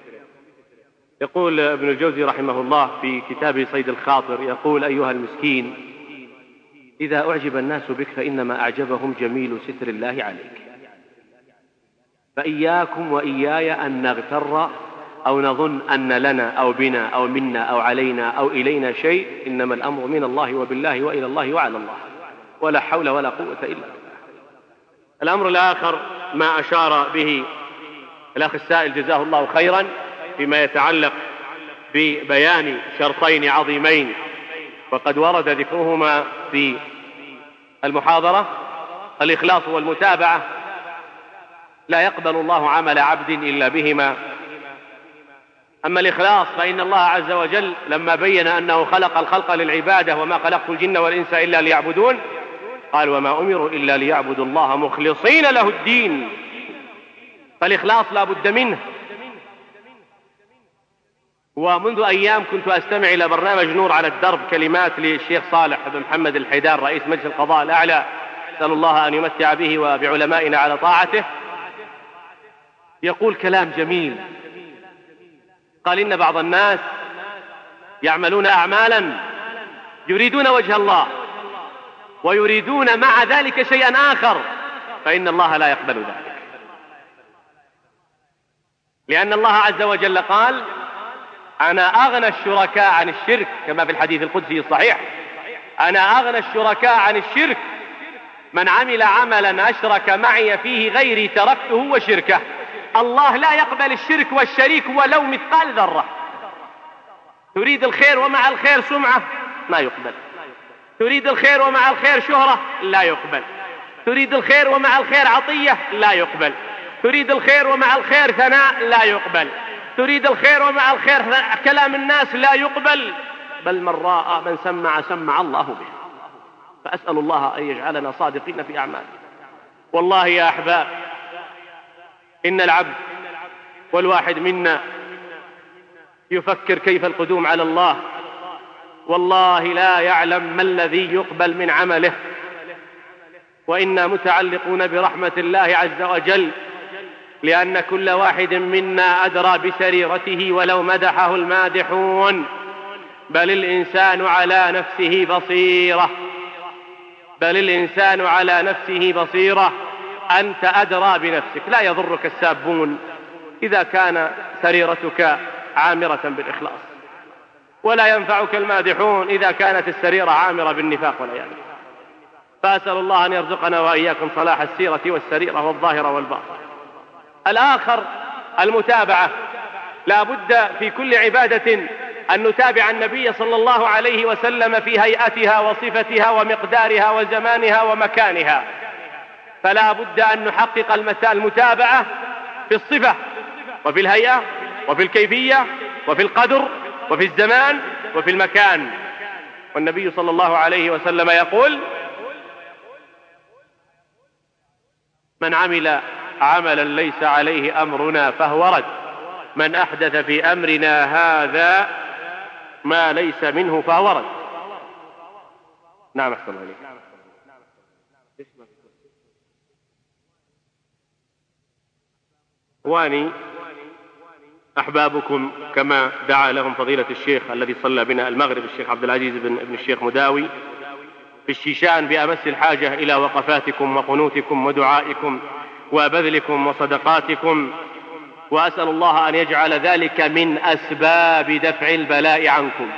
يقول ابن الجوزي رحمه الله في كتابه صيد الخاطر، يقول: أيها المسكين، إذا أعجب الناس بك فإنما أعجبهم جميل ستر الله عليك، فإياكم وإياي أن نغتر أو نظن أن لنا أو بنا أو منا أو علينا أو إلينا شيء، إنما الأمر من الله وبالله وإلى الله وعلى الله، ولا حول ولا قوة إلا بالله. الأمر الآخر ما أشار به الأخ السائل جزاه الله خيرا فيما يتعلق ببيان شرطين عظيمين، وقد ورد ذكرهما في المحاضرة: الإخلاص أما الإخلاص فإن الله عز وجل لما بين أنه خلق الخلق للعبادة وما خلقت الجن والإنس إلا ليعبدون قال وما أمروا إلا ليعبدوا الله مخلصين له الدين. فالإخلاص لا بد منه. ومنذ أيام كنت أستمع إلى برنامج نور على الدرب كلمات للشيخ صالح بن محمد الحيدان رئيس مجلس القضاء الأعلى، أسأل الله أن يمتع به وبعلمائنا على طاعته. يقول كلام جميل، قال إن بعض الناس يعملون أعمالا يريدون وجه الله ويريدون مع ذلك شيئا آخر، فإن الله لا يقبل ذلك، لأن الله عز وجل قال أنا أغنى الشركاء عن الشرك، كما في الحديث القدسي الصحيح أنا أغنى الشركاء عن الشرك، من عمل عملا أشرك معي فيه غيري تركته وشركه. الله لا يقبل الشرك والشريك ولو مثقال ذرة. تريد الخير ومع الخير سمعة ما يقبل، تريد الخير ومع الخير شهرة لا يقبل، تريد الخير ومع الخير عطية لا يقبل، تريد الخير ومع الخير ثناء لا يقبل، تريد الخير ومع الخير كلام الناس لا يقبل، بل من راى من سمع سمع الله به. فأسأل الله أن يجعلنا صادقين في أعمالنا. والله يا أحباب إن العبد والواحد منا يفكر كيف القدوم على الله، والله لا يعلم ما الذي يقبل من عمله، وإنا متعلقون برحمة الله عز وجل، لأن كل واحد منا أدرى بسريرته ولو مدحه المادحون. بل الإنسان على نفسه بصيرة، بل الإنسان على نفسه بصيرة. أنت أدرى بنفسك، لا يضرك السابون إذا كان سريرتك عامرة بالإخلاص، ولا ينفعك المادحون إذا كانت السريرة عامرة بالنفاق والعياذ بالله. فأسأل الله أن يرزقنا وإياكم صلاح السيرة والسريرة والظاهرة والباطن. الآخر المتابعة، لا بد في كل عبادة أن نتابع النبي صلى الله عليه وسلم في هيئتها وصفتها ومقدارها وزمانها ومكانها، فلا بد أن نحقق المتابعة في الصفة وفي الهيئة وفي الكيفية وفي القدر وفي الزمان وفي المكان. والنبي صلى الله عليه وسلم يقول من عمل عملا ليس عليه أمرنا فهو رد، من أحدث في أمرنا هذا ما ليس منه فهو رد. نعم أحسن الله عليك. واني أحبابكم كما دعا لهم فضيلة الشيخ الذي صلى بنا المغرب الشيخ عبد العزيز بن ابن الشيخ مداوي في الشيشان بأمس الحاجة إلى وقفاتكم وقنوتكم ودعائكم وبذلكم وصدقاتكم، وأسأل الله أن يجعل ذلك من أسباب دفع البلاء عنكم.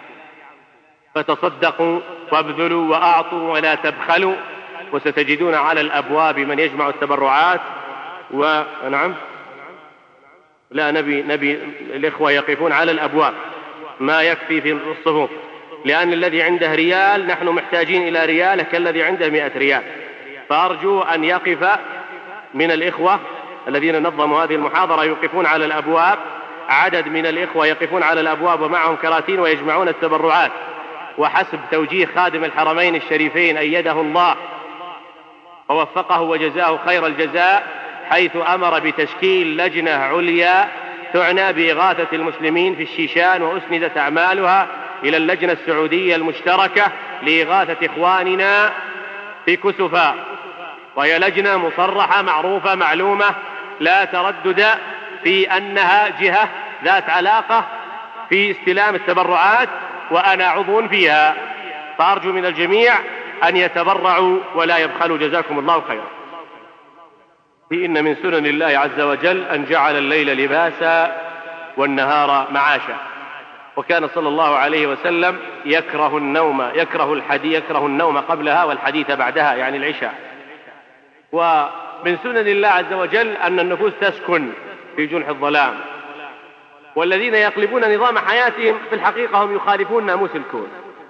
فتصدقوا وابذلوا وأعطوا ولا تبخلوا، وستجدون على الأبواب من يجمع التبرعات. ونعم لا نبي نبي الإخوة يقفون على الأبواب، ما يكفي في الصفوف، لأن الذي عنده ريال نحن محتاجين إلى رياله كالذي عنده مئة ريال. فأرجو أن يقف من الإخوة الذين نظموا هذه المحاضرة يوقفون على الأبواب، عدد من الإخوة يقفون على الأبواب ومعهم كراتين ويجمعون التبرعات، وحسب توجيه خادم الحرمين الشريفين أيده الله ووفقه وجزاه خير الجزاء، حيث أمر بتشكيل لجنة عليا تعنى بإغاثة المسلمين في الشيشان، وأسندت أعمالها إلى اللجنة السعودية المشتركة لإغاثة إخواننا في كسفا، وهي لجنة مصرحة معروفة معلومة لا تردد في أنها جهة ذات علاقة في استلام التبرعات، وأنا عضو فيها. فأرجو من الجميع أن يتبرعوا ولا يبخلوا، جزاكم الله خيرا. إن من سنن الله عز وجل أن جعل الليل لباسا والنهار معاشا، وكان صلى الله عليه وسلم يكره النوم يكره الحديث يكره النوم قبلها والحديث بعدها، يعني العشاء. ومن سنن الله عز وجل أن النفوس تسكن في جنح الظلام، والذين يقلبون نظام حياتهم في الحقيقة هم يخالفون ناموس الكون.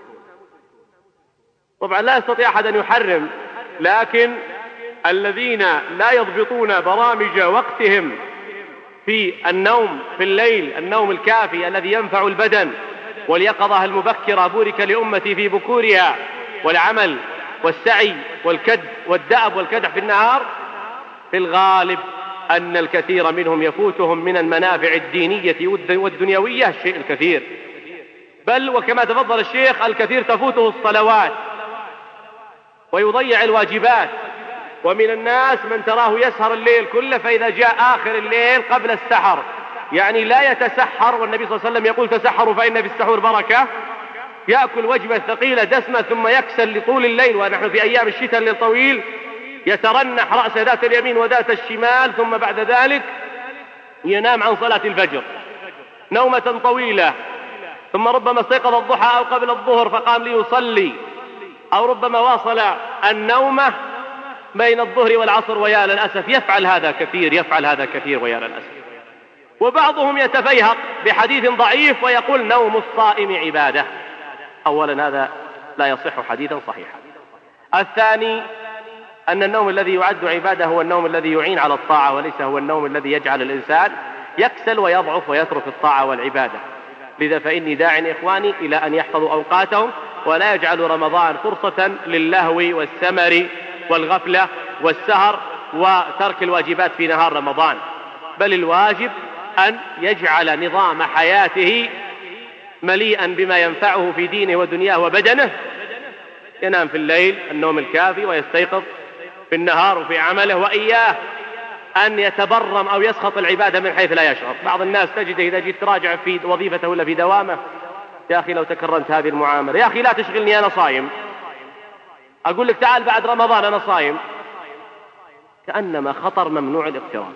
طبعا لا يستطيع أحد أن يحرم، لكن الذين لا يضبطون برامج وقتهم في النوم في الليل، النوم الكافي الذي ينفع البدن، واليقظة المبكرة بورك لأمتي في بكورها، والعمل والسعي والكد والدأب والكدح في النهار، في الغالب أن الكثير منهم يفوتهم من المنافع الدينية والدنيوية الشيء الكثير، بل وكما تفضل الشيخ الكثير تفوته الصلوات ويضيع الواجبات. ومن الناس من تراه يسهر الليل كله، فإذا جاء آخر الليل قبل السحر يعني لا يتسحر، والنبي صلى الله عليه وسلم يقول تسحروا فإن في السحور بركة، يأكل وجبة ثقيلة دسمة ثم يكسل لطول الليل، ونحن في أيام الشتاء الليل طويل، يترنح رأس ذات اليمين وذات الشمال، ثم بعد ذلك ينام عن صلاة الفجر نومة طويلة، ثم ربما استيقظ الضحى أو قبل الظهر فقام ليصلي، أو ربما واصل النومة بين الظهر والعصر، ويا للأسف يفعل هذا كثير يفعل هذا كثير ويا للأسف. وبعضهم يتفيهق بحديث ضعيف ويقول نوم الصائم عبادة. أولا هذا لا يصح حديثا صحيحا. الثاني أن النوم الذي يعد عبادة هو النوم الذي يعين على الطاعة، وليس هو النوم الذي يجعل الإنسان يكسل ويضعف ويترك الطاعة والعبادة. لذا فإني داع إخواني إلى أن يحفظوا أوقاتهم، ولا يجعلوا رمضان فرصة للهو والسمر والغفلة والسهر وترك الواجبات في نهار رمضان، بل الواجب أن يجعل نظام حياته مليئا بما ينفعه في دينه ودنياه وبدنه، ينام في الليل النوم الكافي ويستيقظ في النهار وفي عمله، وإياه أن يتبرم أو يسخط العبادة من حيث لا يشعر. بعض الناس تجده إذا جيت تراجع في وظيفته ولا في دوامه، يا أخي لو تكرمت هذه المعاملة، يا أخي لا تشغلني أنا صايم، أقول لك تعال بعد رمضان أنا صايم، كأنما خطر ممنوع الاقتراب.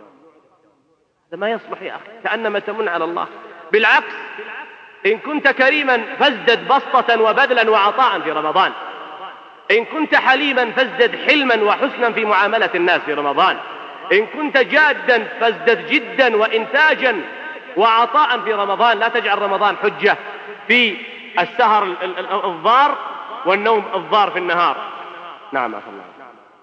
هذا ما يصلح يا أخي، كأنما تمن على الله. بالعكس، إن كنت كريما فازدد بسطة وبذلا وعطاء في رمضان، إن كنت حليما فازدد حلما وحسنا في معاملة الناس في رمضان، إن كنت جادا فازدد جدا وإنتاجا وعطاء في رمضان. لا تجعل رمضان حجة في السهر الضار والنوم الضار في النهار. نعم أخي الله.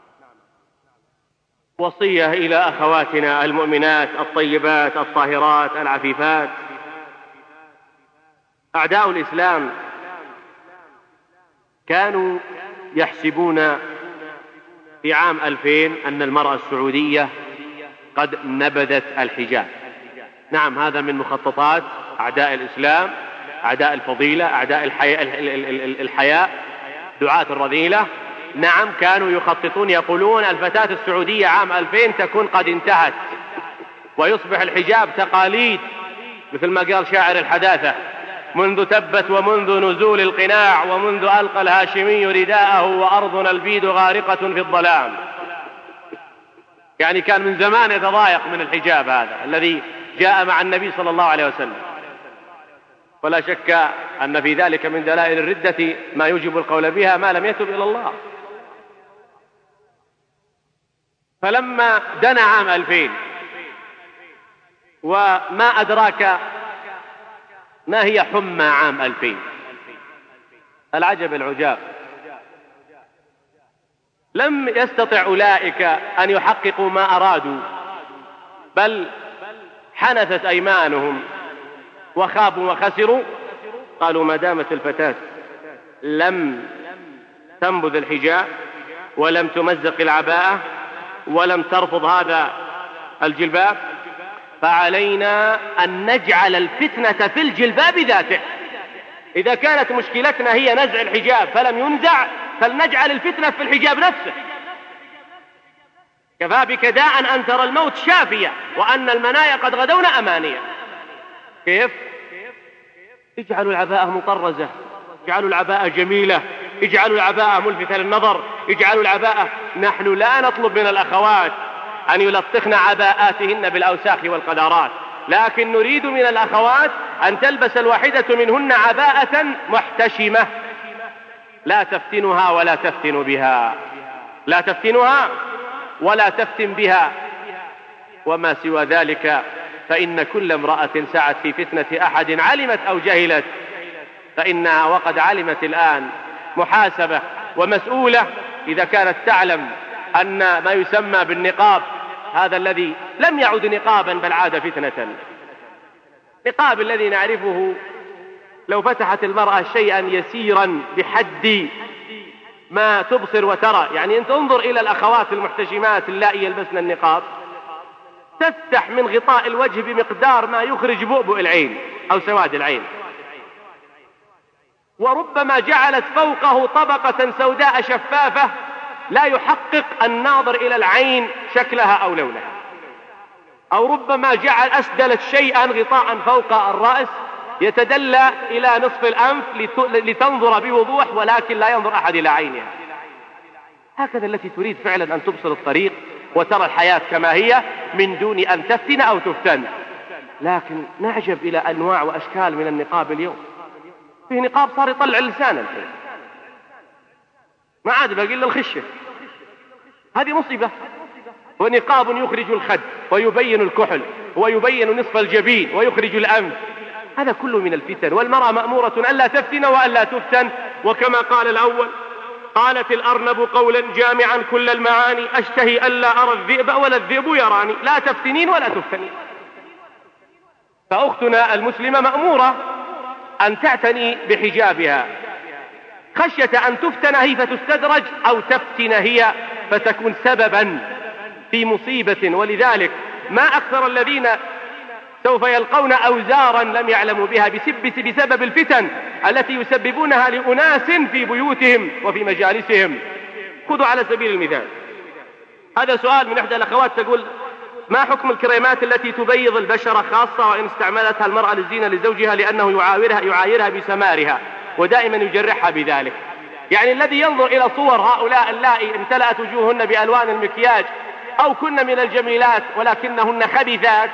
وصية إلى أخواتنا المؤمنات الطيبات الطاهرات العفيفات. أعداء الإسلام كانوا يحسبون في عام ألفين أن المرأة السعودية قد نبذت الحجاب. نعم، هذا من مخططات أعداء الإسلام، أعداء الفضيلة، أعداء الحياء، دعاة الرذيلة. نعم، كانوا يخططون يقولون الفتاة السعودية عام ألفين تكون قد انتهت، ويصبح الحجاب تقاليد، مثل ما قال شاعر الحداثة: منذ تبت ومنذ نزول القناع ومنذ ألقى الهاشمي رداءه وأرضنا البيد غارقة في الظلام. يعني كان من زمان يتضايق من الحجاب هذا الذي جاء مع النبي صلى الله عليه وسلم. ولا شك أن في ذلك من دلائل الردة ما يوجب القول بها ما لم يتب إلى الله. فلما دنا عام ألفين وما أدراك ما هي حمى عام ألفين، العجب العجاب، لم يستطع أولئك أن يحققوا ما أرادوا، بل حنثت أيمانهم وخابوا وخسروا. قالوا ما دامت الفتاة لم تنبذ الحجاب ولم تمزق العباءة ولم ترفض هذا الجلباب، فعلينا أن نجعل الفتنة في الجلباب ذاته. إذا كانت مشكلتنا هي نزع الحجاب فلم ينزع، فلنجعل الفتنة في الحجاب نفسه. كفى بك داء أن ترى الموت شافية وأن المنايا قد غدون أمانية. كيف؟ اجعلوا العباءة مطرزة، اجعلوا العباءة جميلة، اجعلوا العباءة ملفتة للنظر، اجعلوا العباءة. نحن لا نطلب من الأخوات أن يلطخن عباءاتهن بالأوساخ والقذارات، لكن نريد من الأخوات أن تلبس الواحدة منهن عباءة محتشمة، لا تفتنها ولا تفتن بها، لا تفتنها ولا تفتن بها. وما سوى ذلك فإن كل امرأة سعت في فتنة أحد علمت أو جهلت فإنها وقد علمت الآن محاسبة ومسؤولة إذا كانت تعلم أن ما يسمى بالنقاب هذا الذي لم يعد نقابا بل عاد فتنة. نقاب الذي نعرفه لو فتحت المرأة شيئا يسيرا بحد ما تبصر وترى، يعني أنت انظر إلى الأخوات المحتشمات اللائي يلبسن النقاب، تفتح من غطاء الوجه بمقدار ما يخرج بؤبؤ العين أو سواد العين، وربما جعلت فوقه طبقة سوداء شفافة لا يحقق الناظر إلى العين شكلها أو لونها، أو ربما جعل أسدلت شيئا غطاء فوق الرأس يتدلى إلى نصف الأنف لتنظر بوضوح ولكن لا ينظر أحد إلى عينها. هكذا التي تريد فعلا أن تبصر الطريق وترى الحياة كما هي من دون أن تفتن أو تفتن. لكن نعجب إلى أنواع وأشكال من النقاب اليوم. في نقاب صار يطلع اللسان الحين، ما عاد باقي إلا الخشة، هذه مصيبة. ونقاب يخرج الخد ويبين الكحل ويبين نصف الجبين ويخرج الأنف، هذا كله من الفتن. والمرأة مأمورة ألا تفتن وألا تفتن. وكما قال الأول قالت الأرنب قولا جامعا كل المعاني أشتهي ألا أرى الذئب ولا الذئب يراني، لا تفتنين ولا تفتنين. فأختنا المسلمة مأمورة أن تعتني بحجابها خشية أن تفتن هي فتستدرج أو تفتن هي فتكون سببا في مصيبة. ولذلك ما أكثر الذين سوف يلقون أوزارا لم يعلموا بها بسبب الفتن التي يسببونها لأناس في بيوتهم وفي مجالسهم. خذوا على سبيل المثال، هذا سؤال من إحدى الأخوات تقول: ما حكم الكريمات التي تبيض البشرة خاصة وإن استعملتها المرأة للزينة لزوجها لأنه يعايرها, يعايرها بسمارها ودائما يجرحها بذلك؟ يعني الذي ينظر إلى صور هؤلاء اللائي امتلأت وجوههن بألوان المكياج أو كن من الجميلات ولكنهن خبيثات،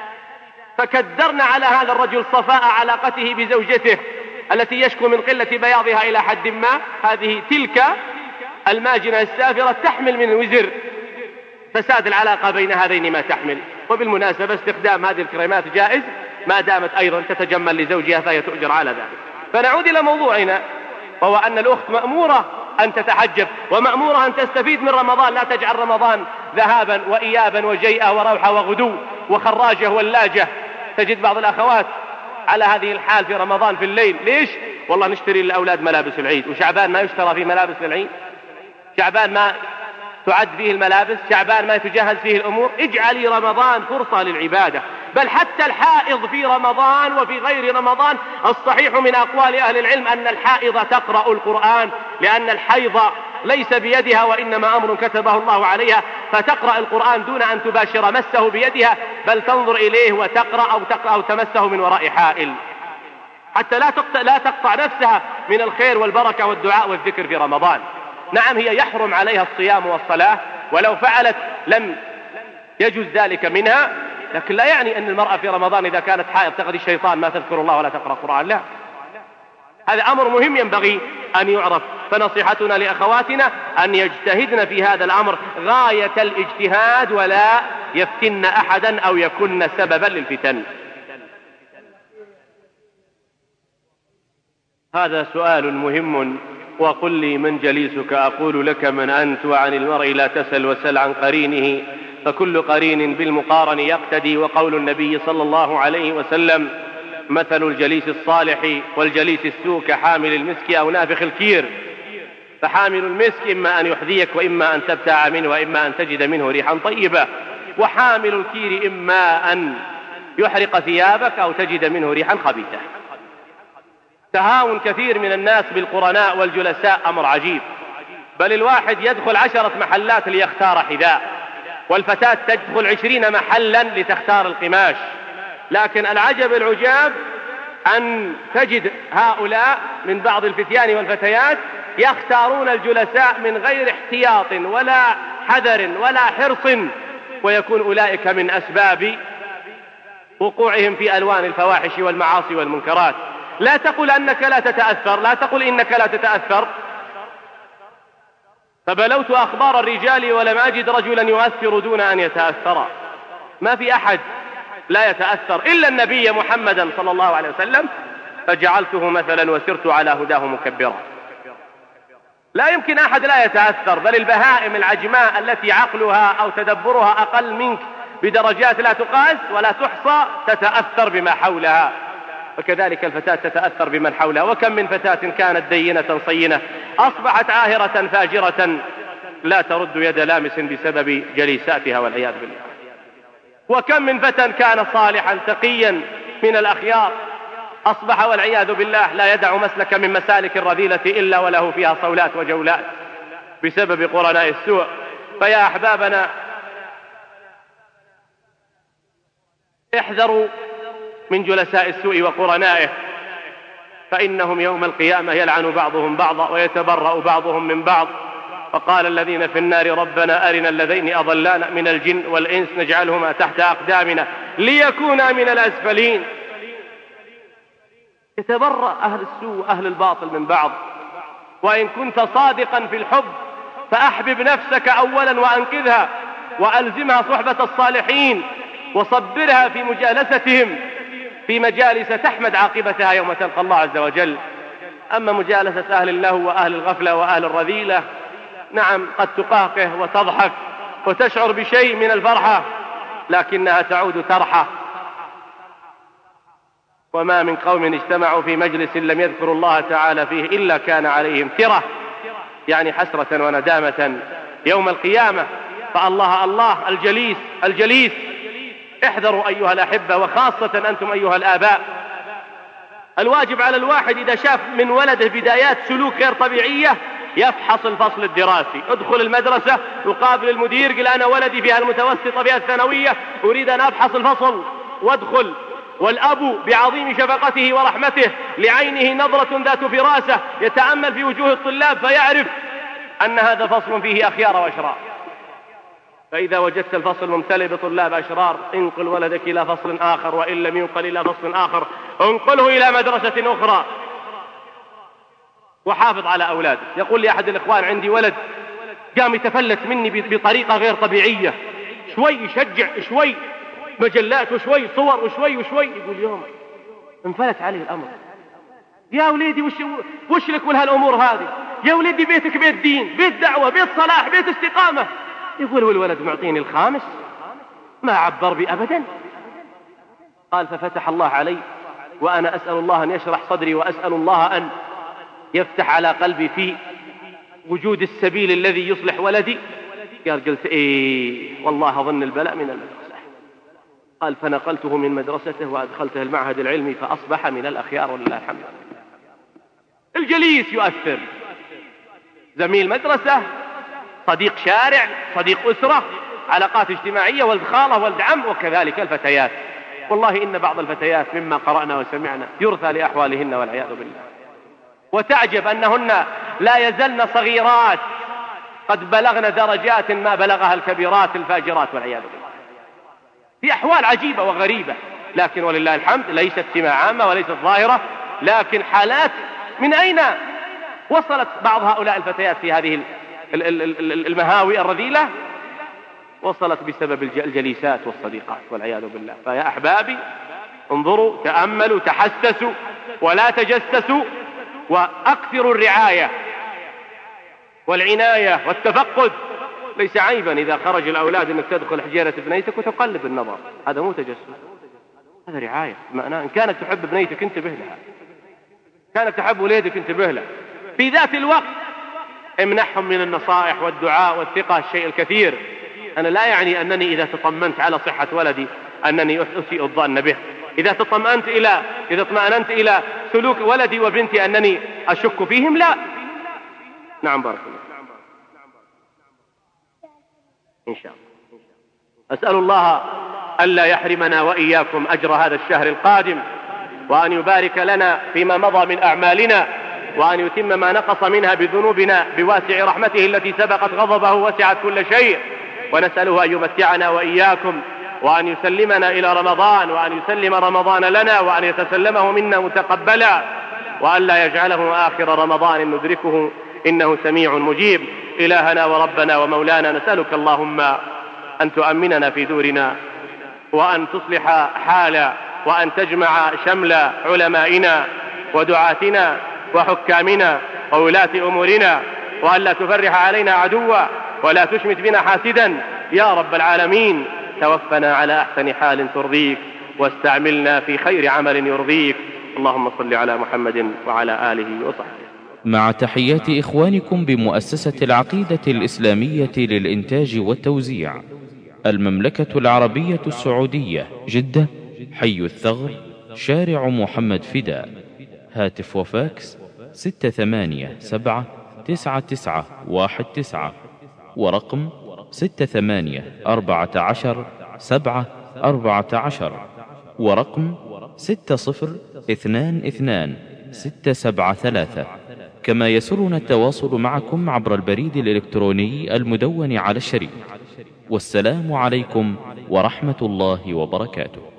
فكدرن على هذا الرجل صفاء علاقته بزوجته التي يشكو من قلة بياضها إلى حد ما، هذه تلك الماجنة السافرة تحمل من وزر فساد العلاقة بين هذين ما تحمل. وبالمناسبة استخدام هذه الكريمات جائز ما دامت أيضا تتجمل لزوجها فهي تؤجر على ذلك. فنعود إلى موضوعنا، وهو أن الأخت مأمورة أن تتحجب ومأمورة أن تستفيد من رمضان، لا تجعل رمضان ذهابا وإيابا وجيئة وروحة وغدو وخراجة ولاجة. تجد بعض الأخوات على هذه الحال في رمضان في الليل، ليش؟ والله نشتري للأولاد ملابس العيد، وشعبان ما يشترى فيه ملابس العيد، شعبان ما تعد فيه الملابس، شعبان ما تجهز فيه الأمور. اجعلي رمضان فرصة للعبادة. بل حتى الحائض في رمضان وفي غير رمضان، الصحيح من أقوال أهل العلم أن الحائض تقرأ القرآن، لأن الحيض ليس بيدها وإنما أمر كتبه الله عليها، فتقرأ القرآن دون أن تباشر مسه بيدها، بل تنظر إليه وتقرأ أو, تقرأ أو تمسه من وراء حائل، حتى لا تقطع, لا تقطع نفسها من الخير والبركة والدعاء والذكر في رمضان. نعم هي يحرم عليها الصيام والصلاة، ولو فعلت لم يجوز ذلك منها، لكن لا يعني أن المرأة في رمضان إذا كانت حائض تقضي الشيطان ما تذكر الله ولا تقرأ القرآن، لا، هذا أمر مهم ينبغي أن يعرف. فنصيحتنا لأخواتنا أن يجتهدن في هذا الأمر غاية الاجتهاد ولا يفتن أحدا أو يكن سببا للفتن. هذا سؤال مهم. وقل لي من جليسك أقول لك من أنت، وعن المرء لا تسل وسل عن قرينه، فكل قرين بالمقارن يقتدي. وقول النبي صلى الله عليه وسلم: مثل الجليس الصالح والجليس السوء كحامل المسك أو نافخ الكير. فحامل المسك إما أن يحذيك وإما أن تبتاع منه وإما أن تجد منه ريحا طيبة، وحامل الكير إما أن يحرق ثيابك أو تجد منه ريحا خبيثة. تهاون كثير من الناس بالقرناء والجلساء أمر عجيب، بل الواحد يدخل عشرة محلات ليختار حذاء، والفتاة تدخل عشرين محلا لتختار القماش. لكن العجب العجاب أن تجد هؤلاء من بعض الفتيان والفتيات يختارون الجلساء من غير احتياط ولا حذر ولا حرص، ويكون أولئك من أسباب وقوعهم في ألوان الفواحش والمعاصي والمنكرات. لا تقل أنك لا تتأثر، لا تقل إنك لا تتأثر. فبلوت أخبار الرجال ولم أجد رجلا يؤثر دون أن يتأثر. ما في أحد لا يتأثر إلا النبي محمدا صلى الله عليه وسلم، فجعلته مثلا وسرت على هداه مكبرا. لا يمكن أحد لا يتأثر، بل البهائم العجماء التي عقلها أو تدبرها أقل منك بدرجات لا تقاس ولا تحصى تتأثر بما حولها، وكذلك الفتاة تتأثر بمن حولها. وكم من فتاة كانت دينة صينة أصبحت عاهرة فاجرة لا ترد يد لامس بسبب جليساتها والعياذ بالله. وكم من فتى كان صالحا تقيا من الأخيار أصبح والعياذ بالله لا يدع مسلك من مسالك الرذيلة إلا وله فيها صولات وجولات بسبب قرناء السوء. فيا أحبابنا احذروا من جلساء السوء وقرنائه، فإنهم يوم القيامة يلعن بعضهم بعضا ويتبرأ بعضهم من بعض. وقال الذين في النار ربنا أرنا الذين أضلانا من الجن والإنس نجعلهما تحت أقدامنا ليكونا من الأسفلين. يتبرأ أهل السوء وأهل الباطل من بعض. وإن كنت صادقا في الحب فأحبب نفسك أولا وأنقذها وألزمها صحبة الصالحين وصبرها في مجالستهم في مجالس تحمد عاقبتها يوم تلقى الله عز وجل. أما مجالسة أهل اللهو وأهل الغفلة وأهل الرذيلة نعم قد تقهقه وتضحك وتشعر بشيء من الفرحة، لكنها تعود ترحة. وما من قوم اجتمعوا في مجلس لم يذكروا الله تعالى فيه إلا كان عليهم ترة، يعني حسرة وندامة يوم القيامة. فالله الله الجليس الجليس احذروا أيها الأحبة، وخاصة أنتم أيها الآباء. الواجب على الواحد إذا شاف من ولده بدايات سلوك غير طبيعية يفحص الفصل الدراسي. ادخل المدرسة وقابل المدير قل أنا ولدي فيها المتوسطة فيها الثانوية أريد أن أفحص الفصل وادخل. والأب بعظيم شفقته ورحمته لعينه نظرة ذات فراسة يتأمل في وجوه الطلاب فيعرف أن هذا فصل فيه أخيار وأشرار. فإذا وجدت الفصل ممتلئ بطلاب أشرار انقل ولدك إلى فصل آخر، وإن لم ينقل إلى فصل آخر انقله إلى مدرسة أخرى وحافظ على أولادك. يقول لي أحد الإخوان عندي ولد قام يتفلت مني بطريقة غير طبيعية، شوي يشجع شوي مجلات وشوي صور وشوي وشوي. يقول يوم انفلت عليه الأمر. يا وليدي وش, وش لك ولهالأمور هذه؟ يا وليدي بيتك بيت دين، بيت دعوة، بيت صلاح، بيت استقامة. يقول والولد معطيني الخامس ما عبر بي أبدا. قال ففتح الله علي وأنا أسأل الله أن يشرح صدري وأسأل الله أن يفتح على قلبي في وجود السبيل الذي يصلح ولدي. قال قلت إيه والله أظن البلاء من المدرسة. قال فنقلته من مدرسته وأدخلته المعهد العلمي فأصبح من الأخيار ولله الحمد. الجليس يؤثر، زميل مدرسة، صديق شارع، صديق أسرة، علاقات اجتماعية، ولد خالة، ولد عم، وكذلك الفتيات. والله إن بعض الفتيات مما قرأنا وسمعنا يرثى لأحوالهن والعياذ بالله. وتعجب أنهن لا يزلن صغيرات قد بلغن درجات ما بلغها الكبيرات الفاجرات والعياذ بالله في أحوال عجيبة وغريبة. لكن ولله الحمد ليست سمة عامة وليست ظاهرة، لكن حالات. من أين وصلت بعض هؤلاء الفتيات في هذه المهاوي الرذيلة؟ وصلت بسبب الجليسات والصديقات والعياذ بالله. فيا أحبابي انظروا، تأملوا، تحسسوا ولا تجسسوا، وأكثروا الرعاية والعناية والتفقد. ليس عيبا إذا خرج الأولاد أنك تدخل حجيرة بنيتك وتقلب النظر، هذا مو تجسس، هذا رعاية. معناه إن كانت تحب بنيتك انتبه لها، كانت تحب وليدك انتبه لها. في ذات الوقت امنحهم من النصائح والدعاء والثقة الشيء الكثير. أنا لا يعني أنني إذا تطمنت على صحة ولدي أنني أسيء الظن به، إذا تطمأنت إلى إذا اطمأننت إلى سلوك ولدي وبنتي أنني أشك فيهم، لا. نعم بارك الله إن شاء الله. أسأل الله ألا يحرمنا وإياكم أجر هذا الشهر القادم، وأن يبارك لنا فيما مضى من أعمالنا، وأن يتم ما نقص منها بذنوبنا بواسع رحمته التي سبقت غضبه وسعت كل شيء. ونسأله أن يمتعنا وإياكم، وأن يسلمنا إلى رمضان، وأن يسلم رمضان لنا، وأن يتسلمه منا متقبلا، وأن لا يجعله آخر رمضان ندركه إنه سميع مجيب. إلهنا وربنا ومولانا، نسألك اللهم أن تؤمننا في دورنا، وأن تصلح حال وأن تجمع شمل علمائنا ودعاتنا وحكامنا وولاة أمورنا، وأن لا تفرح علينا عدوا ولا تشمت بنا حاسدا يا رب العالمين. توفنا على أحسن حال ترضيك واستعملنا في خير عمل يرضيك. اللهم صل على محمد وعلى آله وصحبه. مع تحيات إخوانكم بمؤسسة العقيدة الإسلامية للإنتاج والتوزيع، المملكة العربية السعودية، جدة، حي الثغر، شارع محمد فداء. هاتف وفاكس ستة ثمانية سبعة تسعة تسعة واحد تسعة، ورقم ستة ثمانية أربعة عشر سبعة أربعة عشر، ورقم ستة صفر اثنان اثنان ستة سبعة ثلاثة. كما يسرنا التواصل معكم عبر البريد الإلكتروني المدون على الشريط. والسلام عليكم ورحمة الله وبركاته.